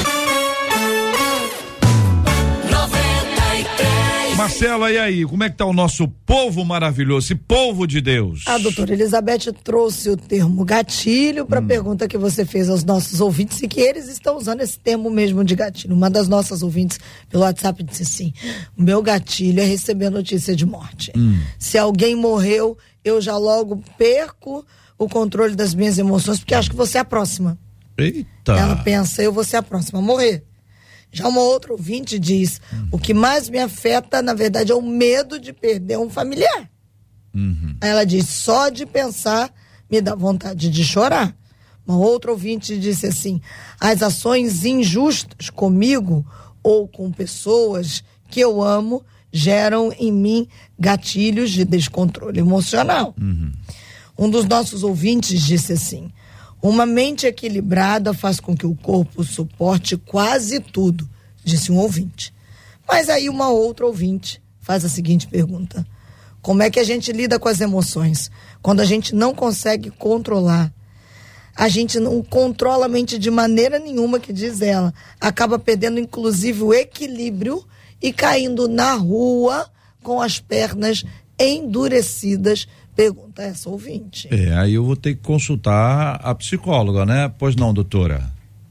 Marcela, e aí, como é que tá o nosso povo maravilhoso, esse povo de Deus? A doutora Elizabeth trouxe o termo gatilho para a pergunta que você fez aos nossos ouvintes e que eles estão usando esse termo mesmo de gatilho. Uma das nossas ouvintes pelo WhatsApp disse assim, o meu gatilho é receber notícia de morte. Se alguém morreu, eu já logo perco o controle das minhas emoções, porque acho que você é a próxima. Eita! Ela pensa, eu vou ser a próxima a morrer. Já uma outra ouvinte diz, o que mais me afeta, na verdade, é o medo de perder um familiar. Aí ela diz, só de pensar me dá vontade de chorar. Uma outra ouvinte disse assim, as ações injustas comigo ou com pessoas que eu amo geram em mim gatilhos de descontrole emocional. Um dos nossos ouvintes disse assim, uma mente equilibrada faz com que o corpo suporte quase tudo, disse um ouvinte. Mas aí uma outra ouvinte faz a seguinte pergunta, como é que a gente lida com as emoções quando a gente não consegue controlar? A gente não controla a mente de maneira nenhuma, que diz ela, acaba perdendo inclusive o equilíbrio e caindo na rua com as pernas endurecidas, pergunta essa ouvinte. Aí eu vou ter que consultar a psicóloga, né? Pois não, doutora?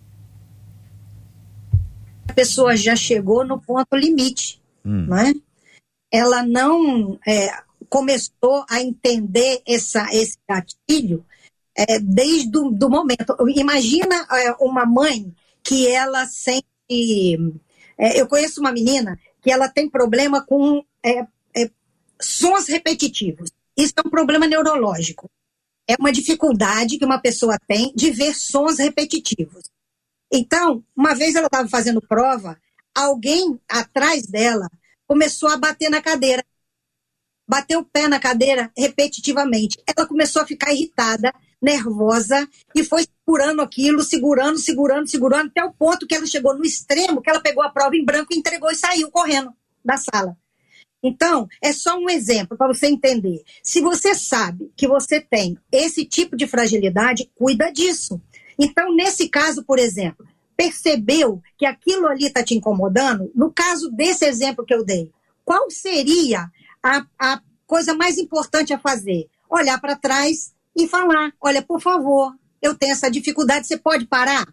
A pessoa já chegou no ponto limite, não é? Ela não começou a entender esse gatilho desde do momento. Imagina uma mãe que ela sente... eu conheço uma menina que ela tem problema com sons repetitivos. Isso é um problema neurológico. É uma dificuldade que uma pessoa tem de ver sons repetitivos. Então, uma vez ela estava fazendo prova, alguém atrás dela começou a bater na cadeira. Bateu o pé na cadeira repetitivamente. Ela começou a ficar irritada, nervosa, e foi segurando aquilo, segurando, até o ponto que ela chegou no extremo, que ela pegou a prova em branco, entregou e saiu correndo da sala. Então, é só um exemplo para você entender. Se você sabe que você tem esse tipo de fragilidade, cuida disso. Então, nesse caso, por exemplo, percebeu que aquilo ali está te incomodando? No caso desse exemplo que eu dei, qual seria a coisa mais importante a fazer? Olhar para trás e falar, olha, por favor, eu tenho essa dificuldade, você pode parar?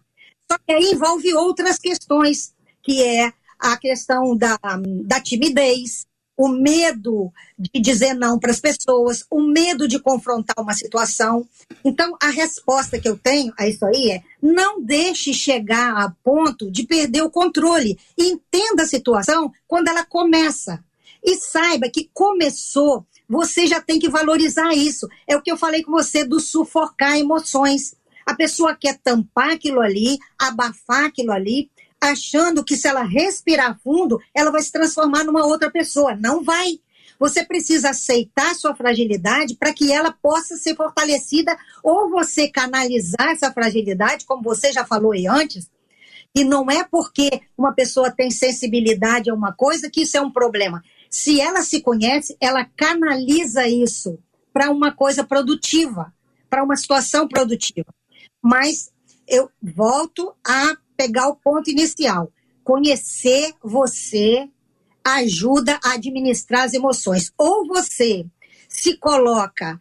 Só que aí envolve outras questões, que é a questão da timidez, o medo de dizer não para as pessoas, o medo de confrontar uma situação. Então, a resposta que eu tenho a isso aí é: não deixe chegar a ponto de perder o controle. Entenda a situação quando ela começa. E saiba que começou, você já tem que valorizar isso. É o que eu falei com você do sufocar emoções. A pessoa quer tampar aquilo ali, abafar aquilo ali, achando que se ela respirar fundo, ela vai se transformar numa outra pessoa. Não vai. Você precisa aceitar sua fragilidade para que ela possa ser fortalecida, ou você canalizar essa fragilidade, como você já falou aí antes, e não é porque uma pessoa tem sensibilidade a uma coisa que isso é um problema. Se ela se conhece, ela canaliza isso para uma coisa produtiva, para uma situação produtiva. Mas eu volto a pegar o ponto inicial. Conhecer você ajuda a administrar as emoções. Ou você se coloca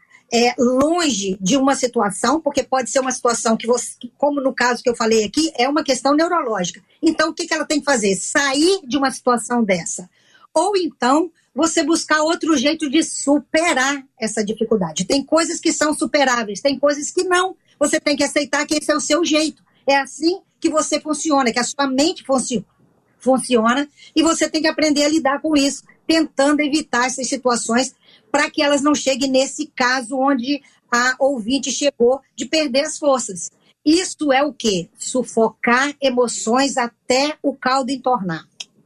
longe de uma situação, porque pode ser uma situação que você, como no caso que eu falei aqui, é uma questão neurológica. Então, o que ela tem que fazer? Sair de uma situação dessa. Ou então, você buscar outro jeito de superar essa dificuldade. Tem coisas que são superáveis, tem coisas que não. Você tem que aceitar que esse é o seu jeito. É assim que você funciona, que a sua mente funciona, e você tem que aprender a lidar com isso, tentando evitar essas situações para que elas não cheguem nesse caso onde a ouvinte chegou de perder as forças. Isso é o quê? Sufocar emoções até o caldo entornar.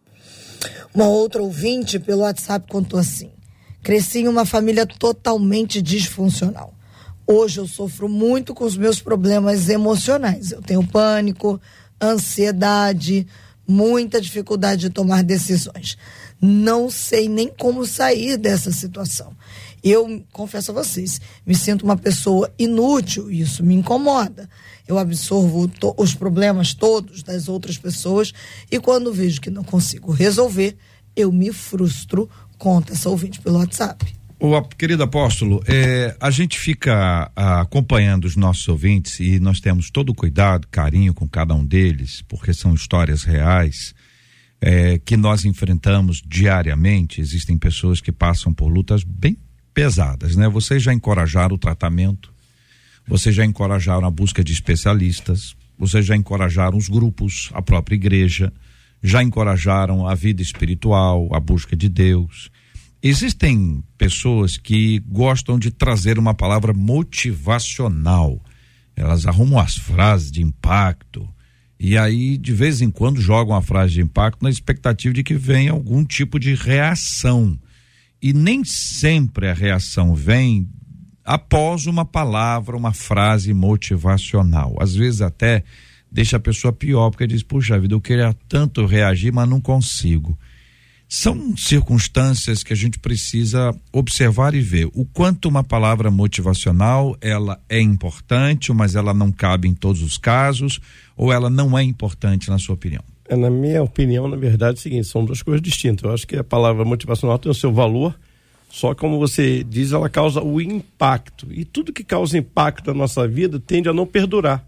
Uma outra ouvinte pelo WhatsApp contou assim: cresci em uma família totalmente disfuncional. Hoje eu sofro muito com os meus problemas emocionais. Eu tenho pânico, ansiedade, muita dificuldade de tomar decisões. Não sei nem como sair dessa situação. Eu, confesso a vocês, me sinto uma pessoa inútil e isso me incomoda. Eu absorvo os problemas todos das outras pessoas e quando vejo que não consigo resolver, eu me frustro. Conta essa ouvinte pelo WhatsApp. Querido apóstolo, a gente fica acompanhando os nossos ouvintes e nós temos todo o cuidado, carinho com cada um deles, porque são histórias reais que nós enfrentamos diariamente. Existem pessoas que passam por lutas bem pesadas, né? Vocês já encorajaram o tratamento, vocês já encorajaram a busca de especialistas, vocês já encorajaram os grupos, a própria igreja, já encorajaram a vida espiritual, a busca de Deus. Existem pessoas que gostam de trazer uma palavra motivacional. Elas arrumam as frases de impacto e aí de vez em quando jogam a frase de impacto na expectativa de que venha algum tipo de reação. E nem sempre a reação vem após uma palavra, uma frase motivacional. Às vezes até deixa a pessoa pior, porque diz: puxa vida, eu queria tanto reagir, mas não consigo. São circunstâncias que a gente precisa observar e ver o quanto uma palavra motivacional ela é importante, mas ela não cabe em todos os casos, ou ela não é importante na sua opinião. Na minha opinião, na verdade, é o seguinte: são duas coisas distintas. Eu acho que a palavra motivacional tem o seu valor, só que, como você diz, ela causa o impacto. E tudo que causa impacto na nossa vida tende a não perdurar.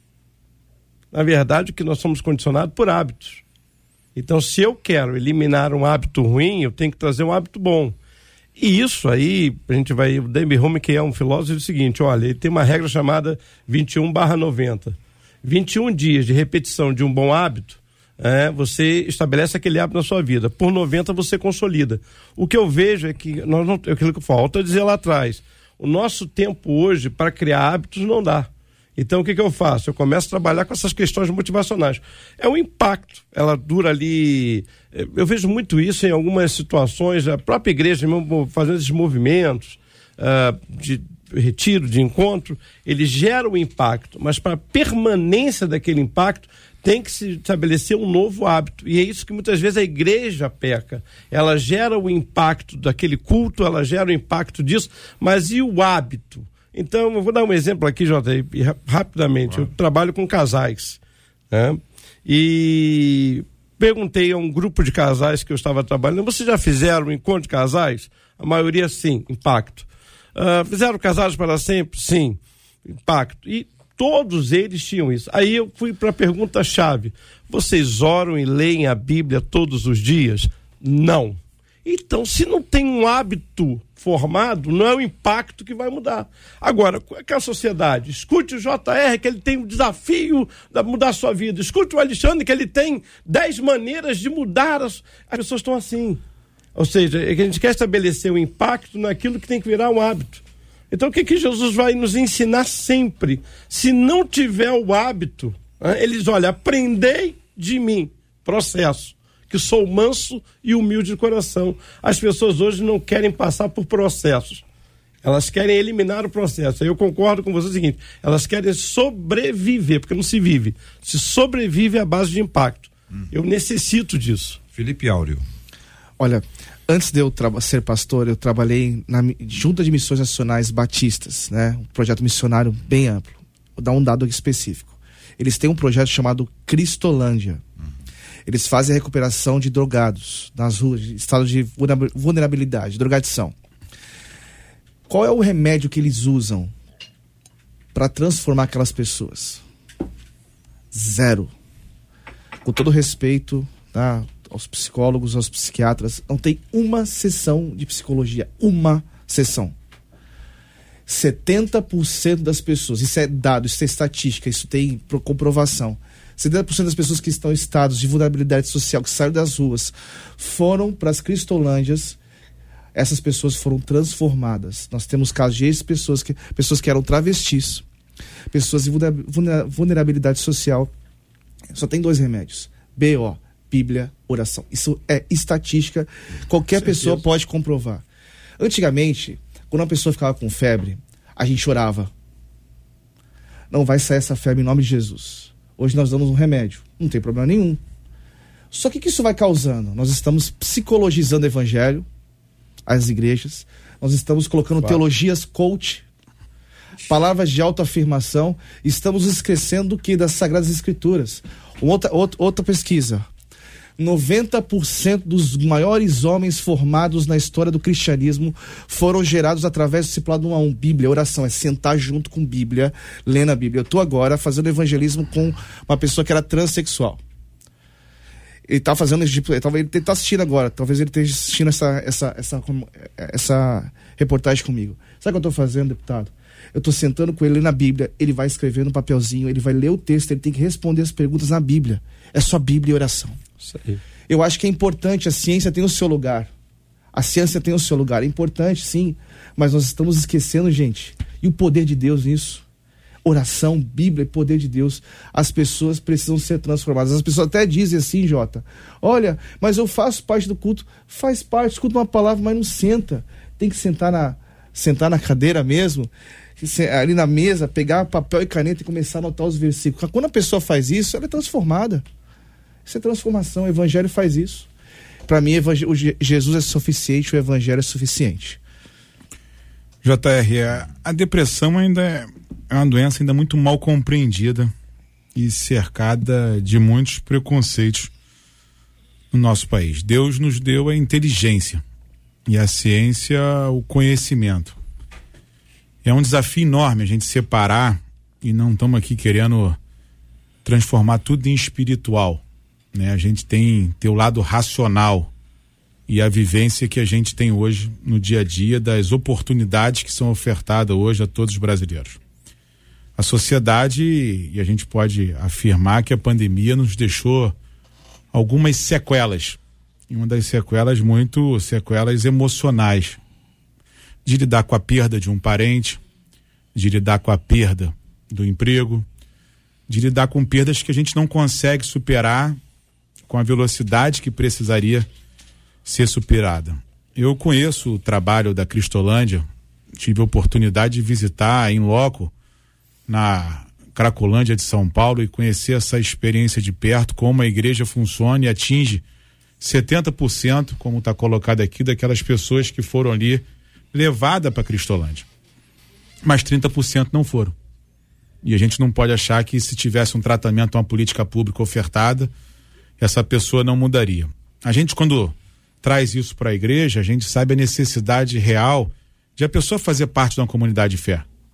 Na verdade, que nós somos condicionados por hábitos. Então, se eu quero eliminar um hábito ruim, eu tenho que trazer um hábito bom. E isso aí, a gente vai... O David Hume, que é um filósofo, diz o seguinte: olha, ele tem uma regra chamada 21/90. 21 dias de repetição de um bom hábito, você estabelece aquele hábito na sua vida. Por 90 você consolida. O que eu vejo é que, nós não, aquilo que falta é dizer lá atrás, o nosso tempo hoje para criar hábitos não dá. Então, o que eu faço? Eu começo a trabalhar com essas questões motivacionais. É um impacto. Ela dura ali... Eu vejo muito isso em algumas situações, a própria igreja mesmo fazendo esses movimentos de retiro, de encontro, ele gera um impacto, mas para a permanência daquele impacto tem que se estabelecer um novo hábito. E é isso que muitas vezes a igreja peca. Ela gera o impacto daquele culto, ela gera o impacto disso, mas e o hábito? Então, eu vou dar um exemplo aqui, Jota, rapidamente. Eu trabalho com casais, né? E perguntei a um grupo de casais que eu estava trabalhando: vocês já fizeram um encontro de casais? A maioria, sim, impacto. Fizeram Casados para Sempre? Sim, impacto. E todos eles tinham isso. Aí eu fui para a pergunta-chave: vocês oram e leem a Bíblia todos os dias? Não. Então, se não tem um hábito formado, não é o impacto que vai mudar. Agora, aquela sociedade, escute o JR, que ele tem um desafio de mudar a sua vida. Escute o Alexandre, que ele tem 10 maneiras de mudar. As pessoas estão assim. Ou seja, a gente quer estabelecer um impacto naquilo que tem que virar um hábito. Então, o que Jesus vai nos ensinar sempre? Se não tiver o hábito, eles, olha, aprendei de mim, processo, que sou manso e humilde de coração. As pessoas hoje não querem passar por processos. Elas querem eliminar o processo. Aí eu concordo com você o seguinte: elas querem sobreviver, porque não se vive. Se sobrevive à base de impacto. Eu necessito disso. Felipe Áureo. Olha, antes de eu ser pastor, eu trabalhei na Junta de Missões Nacionais Batistas, né? Um projeto missionário bem amplo. Vou dar um dado específico. Eles têm um projeto chamado Cristolândia. Eles fazem a recuperação de drogados nas ruas, em estado de vulnerabilidade, drogadição. Qual é o remédio que eles usam para transformar aquelas pessoas? Zero. Com todo respeito, tá, aos psicólogos, aos psiquiatras, não tem uma sessão de psicologia. Uma sessão. 70% das pessoas, isso é dado, isso é estatística, isso tem comprovação. 70% das pessoas que estão em estados de vulnerabilidade social, que saíram das ruas, foram para as cristolândias. Essas pessoas foram transformadas. Nós temos casos de pessoas que eram travestis, pessoas de vulnerabilidade social. Só tem 2 remédios: BO, Bíblia, oração. Isso é estatística, qualquer pessoa pode comprovar. Antigamente, quando uma pessoa ficava com febre, a gente orava: não vai sair essa febre em nome de Jesus. Hoje nós damos um remédio, não tem problema nenhum. Só que o que isso vai causando? Nós estamos psicologizando o evangelho, as igrejas, nós estamos colocando teologias coach, palavras de autoafirmação, estamos esquecendo que das Sagradas Escrituras. Outra pesquisa: 90% dos maiores homens formados na história do cristianismo foram gerados através do discipulado 1 a 1. Bíblia, oração, é sentar junto com Bíblia, lendo a Bíblia. Eu estou agora fazendo evangelismo com uma pessoa que era transexual. Ele está fazendo, ele está assistindo agora, talvez ele esteja assistindo essa reportagem comigo. Sabe o que eu estou fazendo, deputado? Eu estou sentando com ele na Bíblia, ele vai escrever no papelzinho, ele vai ler o texto, ele tem que responder as perguntas na Bíblia. É só Bíblia e oração. Isso aí. Eu acho que é importante, a ciência tem o seu lugar. A ciência tem o seu lugar. É importante, sim, mas nós estamos esquecendo, gente. E o poder de Deus nisso? Oração, Bíblia e poder de Deus. As pessoas precisam ser transformadas. As pessoas até dizem assim, Jota: olha, mas eu faço parte do culto. Faz parte, escuta uma palavra, mas não senta. Tem que sentar na cadeira mesmo, ali na mesa, pegar papel e caneta e começar a anotar os versículos. Quando a pessoa faz isso, ela é transformada. Isso é transformação. O evangelho faz isso. Para mim, Jesus é suficiente, o evangelho é suficiente. JR, a depressão ainda é uma doença ainda muito mal compreendida e cercada de muitos preconceitos no nosso país. Deus nos deu a inteligência e a ciência, o conhecimento. É um desafio enorme a gente separar, e não estamos aqui querendo transformar tudo em espiritual, né? A gente tem o lado racional e a vivência que a gente tem hoje no dia a dia, das oportunidades que são ofertadas hoje a todos os brasileiros. A sociedade, e a gente pode afirmar que a pandemia nos deixou algumas sequelas, e uma das sequelas sequelas emocionais, de lidar com a perda de um parente, de lidar com a perda do emprego, de lidar com perdas que a gente não consegue superar com a velocidade que precisaria ser superada. Eu conheço o trabalho da Cristolândia, tive a oportunidade de visitar em loco na Cracolândia de São Paulo e conhecer essa experiência de perto, como a igreja funciona e atinge 70%, como está colocado aqui, daquelas pessoas que foram ali levadas para Cristolândia. Mas 30% não foram. E a gente não pode achar que se tivesse um tratamento, uma política pública ofertada, essa pessoa não mudaria. A gente, quando traz isso para a igreja, a gente sabe a necessidade real de a pessoa fazer parte de uma comunidade de fé.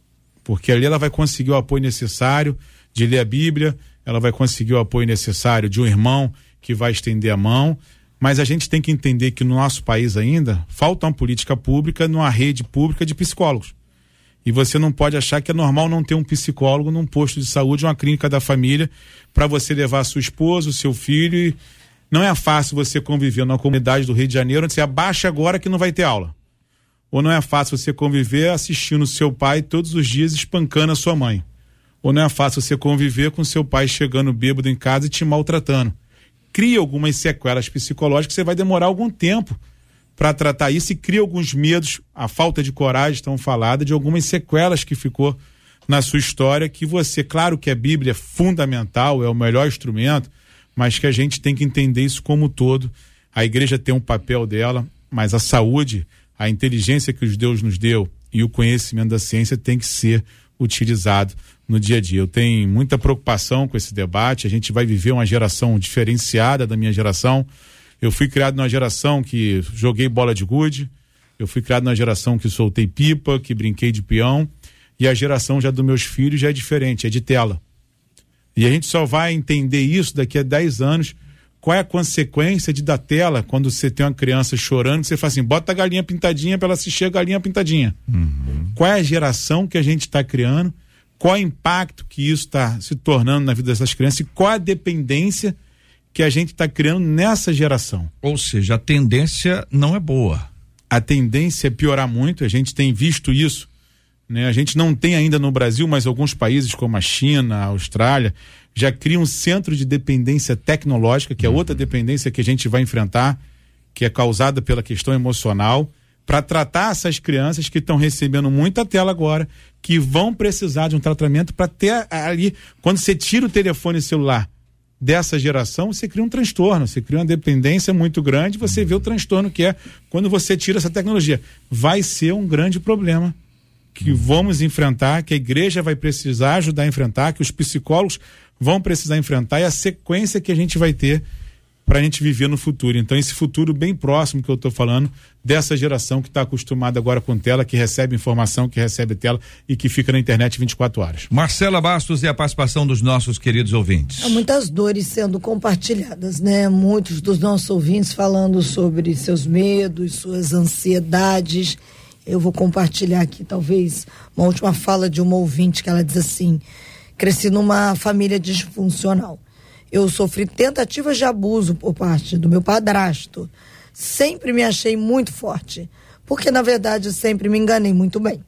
porque ali ela vai conseguir o apoio necessário de ler a Bíblia, ela vai conseguir o apoio necessário de um irmão que vai estender a mão, mas a gente tem que entender que no nosso país ainda falta uma política pública numa rede pública de psicólogos. E você não pode achar que é normal não ter um psicólogo num posto de saúde, uma clínica da família, para você levar a sua esposa, o seu filho. E não é fácil você conviver numa comunidade do Rio de Janeiro onde você abaixa agora que não vai ter aula. Ou não é fácil você conviver assistindo o seu pai todos os dias espancando a sua mãe. Ou não é fácil você conviver com seu pai chegando bêbado em casa e te maltratando. Cria algumas sequelas psicológicas, você vai demorar algum tempo para tratar isso, e cria alguns medos, a falta de coragem tão falada, de algumas sequelas que ficou na sua história, que você, claro que a Bíblia é fundamental, é o melhor instrumento, mas que a gente tem que entender isso como um todo. A igreja tem um papel dela, mas a saúde, a inteligência que Deus nos deu e o conhecimento da ciência tem que ser utilizado no dia a dia. Eu tenho muita preocupação com esse debate, a gente vai viver uma geração diferenciada da minha geração. Eu fui criado numa geração que joguei bola de gude, eu fui criado numa geração que soltei pipa, que brinquei de peão, e a geração já dos meus filhos já é diferente, é de tela. E a gente só vai entender isso daqui a 10 anos, qual é a consequência de dar tela quando você tem uma criança chorando, você fala assim, bota a galinha pintadinha para ela assistir a galinha pintadinha. Qual é a geração que a gente está criando, qual é o impacto que isso está se tornando na vida dessas crianças e qual a dependência que a gente está criando nessa geração. Ou seja, a tendência não é boa. A tendência é piorar muito, a gente tem visto isso, né? A gente não tem ainda no Brasil, mas alguns países como a China, a Austrália, já criam um centro de dependência tecnológica, que é outra dependência que a gente vai enfrentar, que é causada pela questão emocional, para tratar essas crianças que estão recebendo muita tela agora, que vão precisar de um tratamento para ter ali, quando você tira o telefone celular dessa geração, você cria um transtorno, você cria uma dependência muito grande, você vê o transtorno que é quando você tira essa tecnologia. Vai ser um grande problema que vamos enfrentar, que a igreja vai precisar ajudar a enfrentar, que os psicólogos vão precisar enfrentar, e a sequência que a gente vai ter para a gente viver no futuro. Então, esse futuro bem próximo que eu estou falando, dessa geração que está acostumada agora com tela, que recebe informação, que recebe tela e que fica na internet 24 horas. Marcela Bastos e a participação dos nossos queridos ouvintes. Há muitas dores sendo compartilhadas, né? Muitos dos nossos ouvintes falando sobre seus medos, suas ansiedades. Eu vou compartilhar aqui, talvez, uma última fala de uma ouvinte, que ela diz assim: cresci numa família disfuncional. Eu sofri tentativas de abuso por parte do meu padrasto. Sempre me achei muito forte, porque na verdade sempre me enganei muito bem.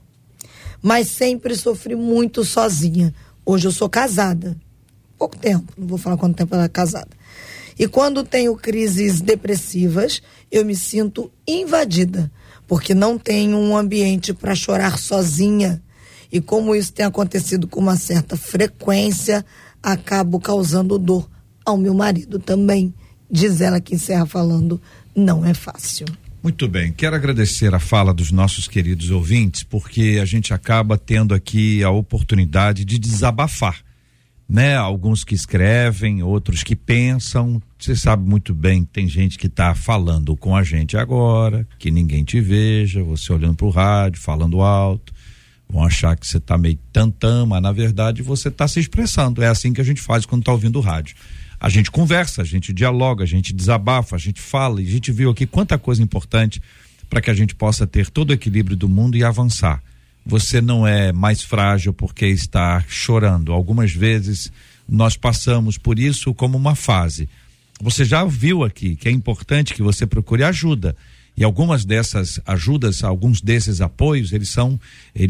Mas sempre sofri muito sozinha. Hoje eu sou casada. Pouco tempo, não vou falar quanto tempo ela é casada. E quando tenho crises depressivas, eu me sinto invadida, porque não tenho um ambiente para chorar sozinha. E como isso tem acontecido com uma certa frequência, acabo causando dor ao meu marido também. Diz ela, que encerra falando, não é fácil. Muito bem, quero agradecer a fala dos nossos queridos ouvintes, porque a gente acaba tendo aqui a oportunidade de desabafar, né? Alguns que escrevem, outros que pensam. Você sabe muito bem que tem gente que está falando com a gente agora, que ninguém te veja, você olhando para o rádio, falando alto, vão achar que você está meio tantã, mas na verdade você está se expressando. É assim que a gente faz quando está ouvindo o rádio. A gente conversa, a gente dialoga, a gente desabafa, a gente fala, e a gente viu aqui quanta coisa importante para que a gente possa ter todo o equilíbrio do mundo e avançar. Você não é mais frágil porque está chorando. Algumas vezes nós passamos por isso como uma fase. Você já viu aqui que é importante que você procure ajuda. E algumas dessas ajudas, alguns desses apoios, eles são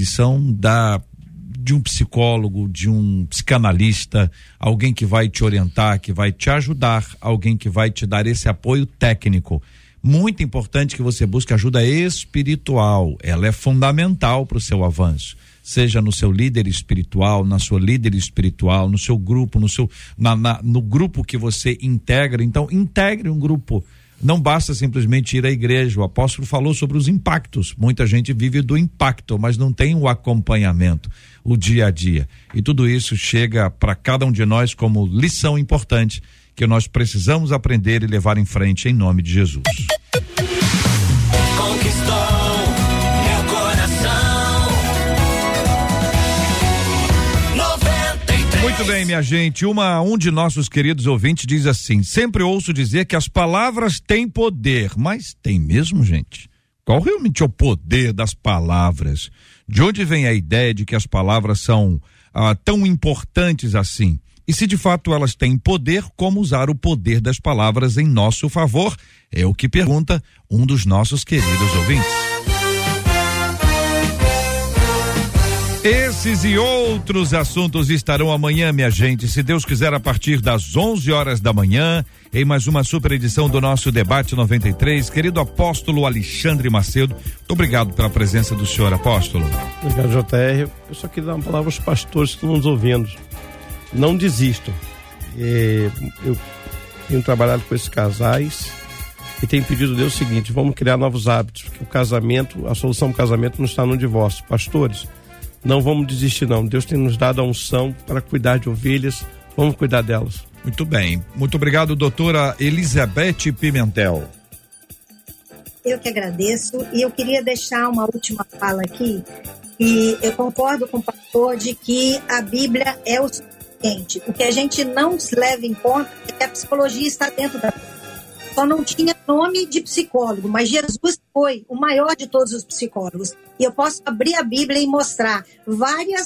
de um psicólogo, de um psicanalista, alguém que vai te orientar, que vai te ajudar, alguém que vai te dar esse apoio técnico. Muito importante que você busque ajuda espiritual, ela é fundamental para o seu avanço, seja no seu líder espiritual, na sua líder espiritual, no seu grupo, no grupo que você integra. Então, integre um grupo. Não basta simplesmente ir à igreja. O apóstolo falou sobre os impactos. Muita gente vive do impacto, mas não tem o acompanhamento, o dia a dia. E tudo isso chega para cada um de nós como lição importante que nós precisamos aprender e levar em frente em nome de Jesus. Conquistou meu coração. Muito bem, minha gente, um de nossos queridos ouvintes diz assim: sempre ouço dizer que as palavras têm poder, mas tem mesmo, gente? Qual realmente é o poder das palavras? De onde vem a ideia de que as palavras são tão importantes assim? E se de fato elas têm poder, como usar o poder das palavras em nosso favor? É o que pergunta um dos nossos queridos ouvintes. Esses e outros assuntos estarão amanhã, minha gente, se Deus quiser, a partir das 11 horas da manhã, em mais uma super edição do nosso Debate 93. Querido apóstolo Alexandre Macedo, muito obrigado pela presença do senhor, apóstolo. Obrigado, JR. Eu só queria dar uma palavra aos pastores que estão nos ouvindo. Não desistam. Eu tenho trabalhado com esses casais e tenho pedido a Deus o seguinte: vamos criar novos hábitos, porque o casamento, a solução do casamento não está no divórcio. Pastores, não vamos desistir não. Deus tem nos dado a unção para cuidar de ovelhas, vamos cuidar delas. Muito bem, muito obrigado, doutora Elizabeth Pimentel. Eu que agradeço, e eu queria deixar uma última fala aqui, e eu concordo com o pastor de que a Bíblia é o suficiente. O que a gente não leva em conta é que a psicologia está dentro da Bíblia. Só não tinha nome de psicólogo, mas Jesus foi o maior de todos os psicólogos. E eu posso abrir a Bíblia e mostrar várias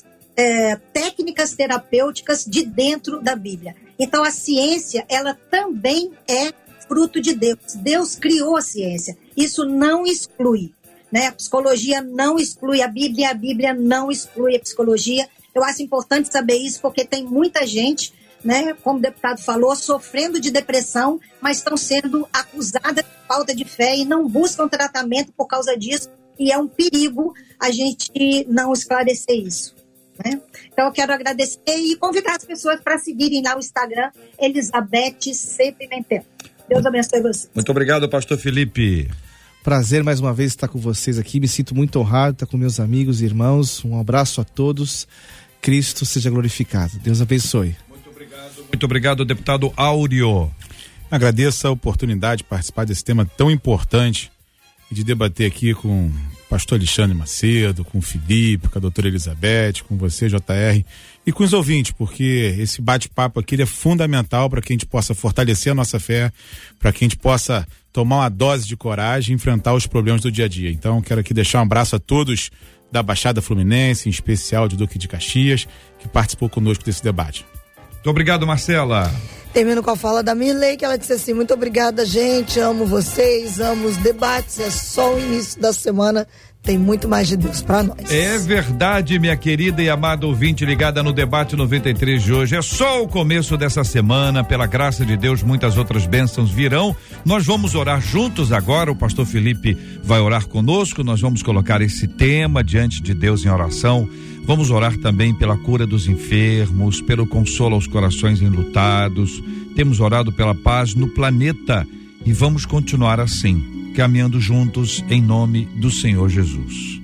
técnicas terapêuticas de dentro da Bíblia. Então a ciência, ela também é fruto de Deus. Deus criou a ciência. Isso não exclui, né? A psicologia não exclui a Bíblia não exclui a psicologia. Eu acho importante saber isso, porque tem muita gente, né, como o deputado falou, sofrendo de depressão, mas estão sendo acusadas de falta de fé e não buscam tratamento por causa disso, e é um perigo a gente não esclarecer isso, né? Então eu quero agradecer e convidar as pessoas para seguirem lá o Instagram, Elizabeth C. Pimentel. Deus abençoe vocês. Muito obrigado, pastor Felipe. Prazer mais uma vez estar com vocês aqui, me sinto muito honrado estar com meus amigos e irmãos. Um abraço a todos, Cristo seja glorificado. Deus abençoe. Muito obrigado, deputado Áureo. Agradeço a oportunidade de participar desse tema tão importante e de debater aqui com o pastor Alexandre Macedo, com o Felipe, com a doutora Elizabeth, com você, JR, e com os ouvintes, porque esse bate-papo aqui ele é fundamental para que a gente possa fortalecer a nossa fé, para que a gente possa tomar uma dose de coragem e enfrentar os problemas do dia a dia. Então, quero aqui deixar um abraço a todos da Baixada Fluminense, em especial de Duque de Caxias, que participou conosco desse debate. Muito obrigado, Marcela. Termino com a fala da Mirley, que ela disse assim: muito obrigada, gente, amo vocês, amo os debates, é só o início da semana, tem muito mais de Deus pra nós. É verdade, minha querida e amada ouvinte ligada no Debate 93 de hoje, é só o começo dessa semana, pela graça de Deus, muitas outras bênçãos virão. Nós vamos orar juntos agora, o pastor Felipe vai orar conosco, nós vamos colocar esse tema diante de Deus em oração. Vamos orar também pela cura dos enfermos, pelo consolo aos corações enlutados. Temos orado pela paz no planeta e vamos continuar assim, caminhando juntos em nome do Senhor Jesus.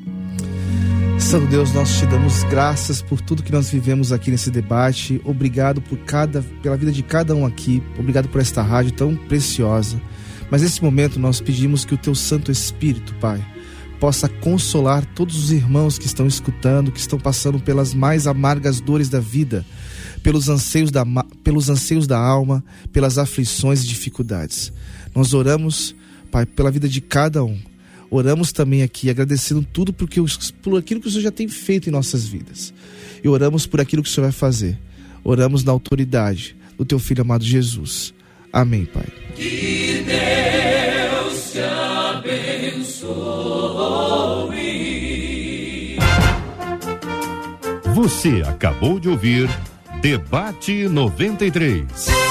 Santo Deus, nós te damos graças por tudo que nós vivemos aqui nesse debate. Obrigado pela vida de cada um aqui. Obrigado por esta rádio tão preciosa. Mas nesse momento nós pedimos que o teu Santo Espírito, Pai, possa consolar todos os irmãos que estão escutando, que estão passando pelas mais amargas dores da vida, pelos anseios da alma, pelas aflições e dificuldades. Nós oramos, Pai, pela vida de cada um. Oramos também aqui, agradecendo tudo por aquilo que o Senhor já tem feito em nossas vidas. E oramos por aquilo que o Senhor vai fazer. Oramos na autoridade do teu Filho amado Jesus. Amém, Pai. Que Deus te abençoe. Você acabou de ouvir Debate 93.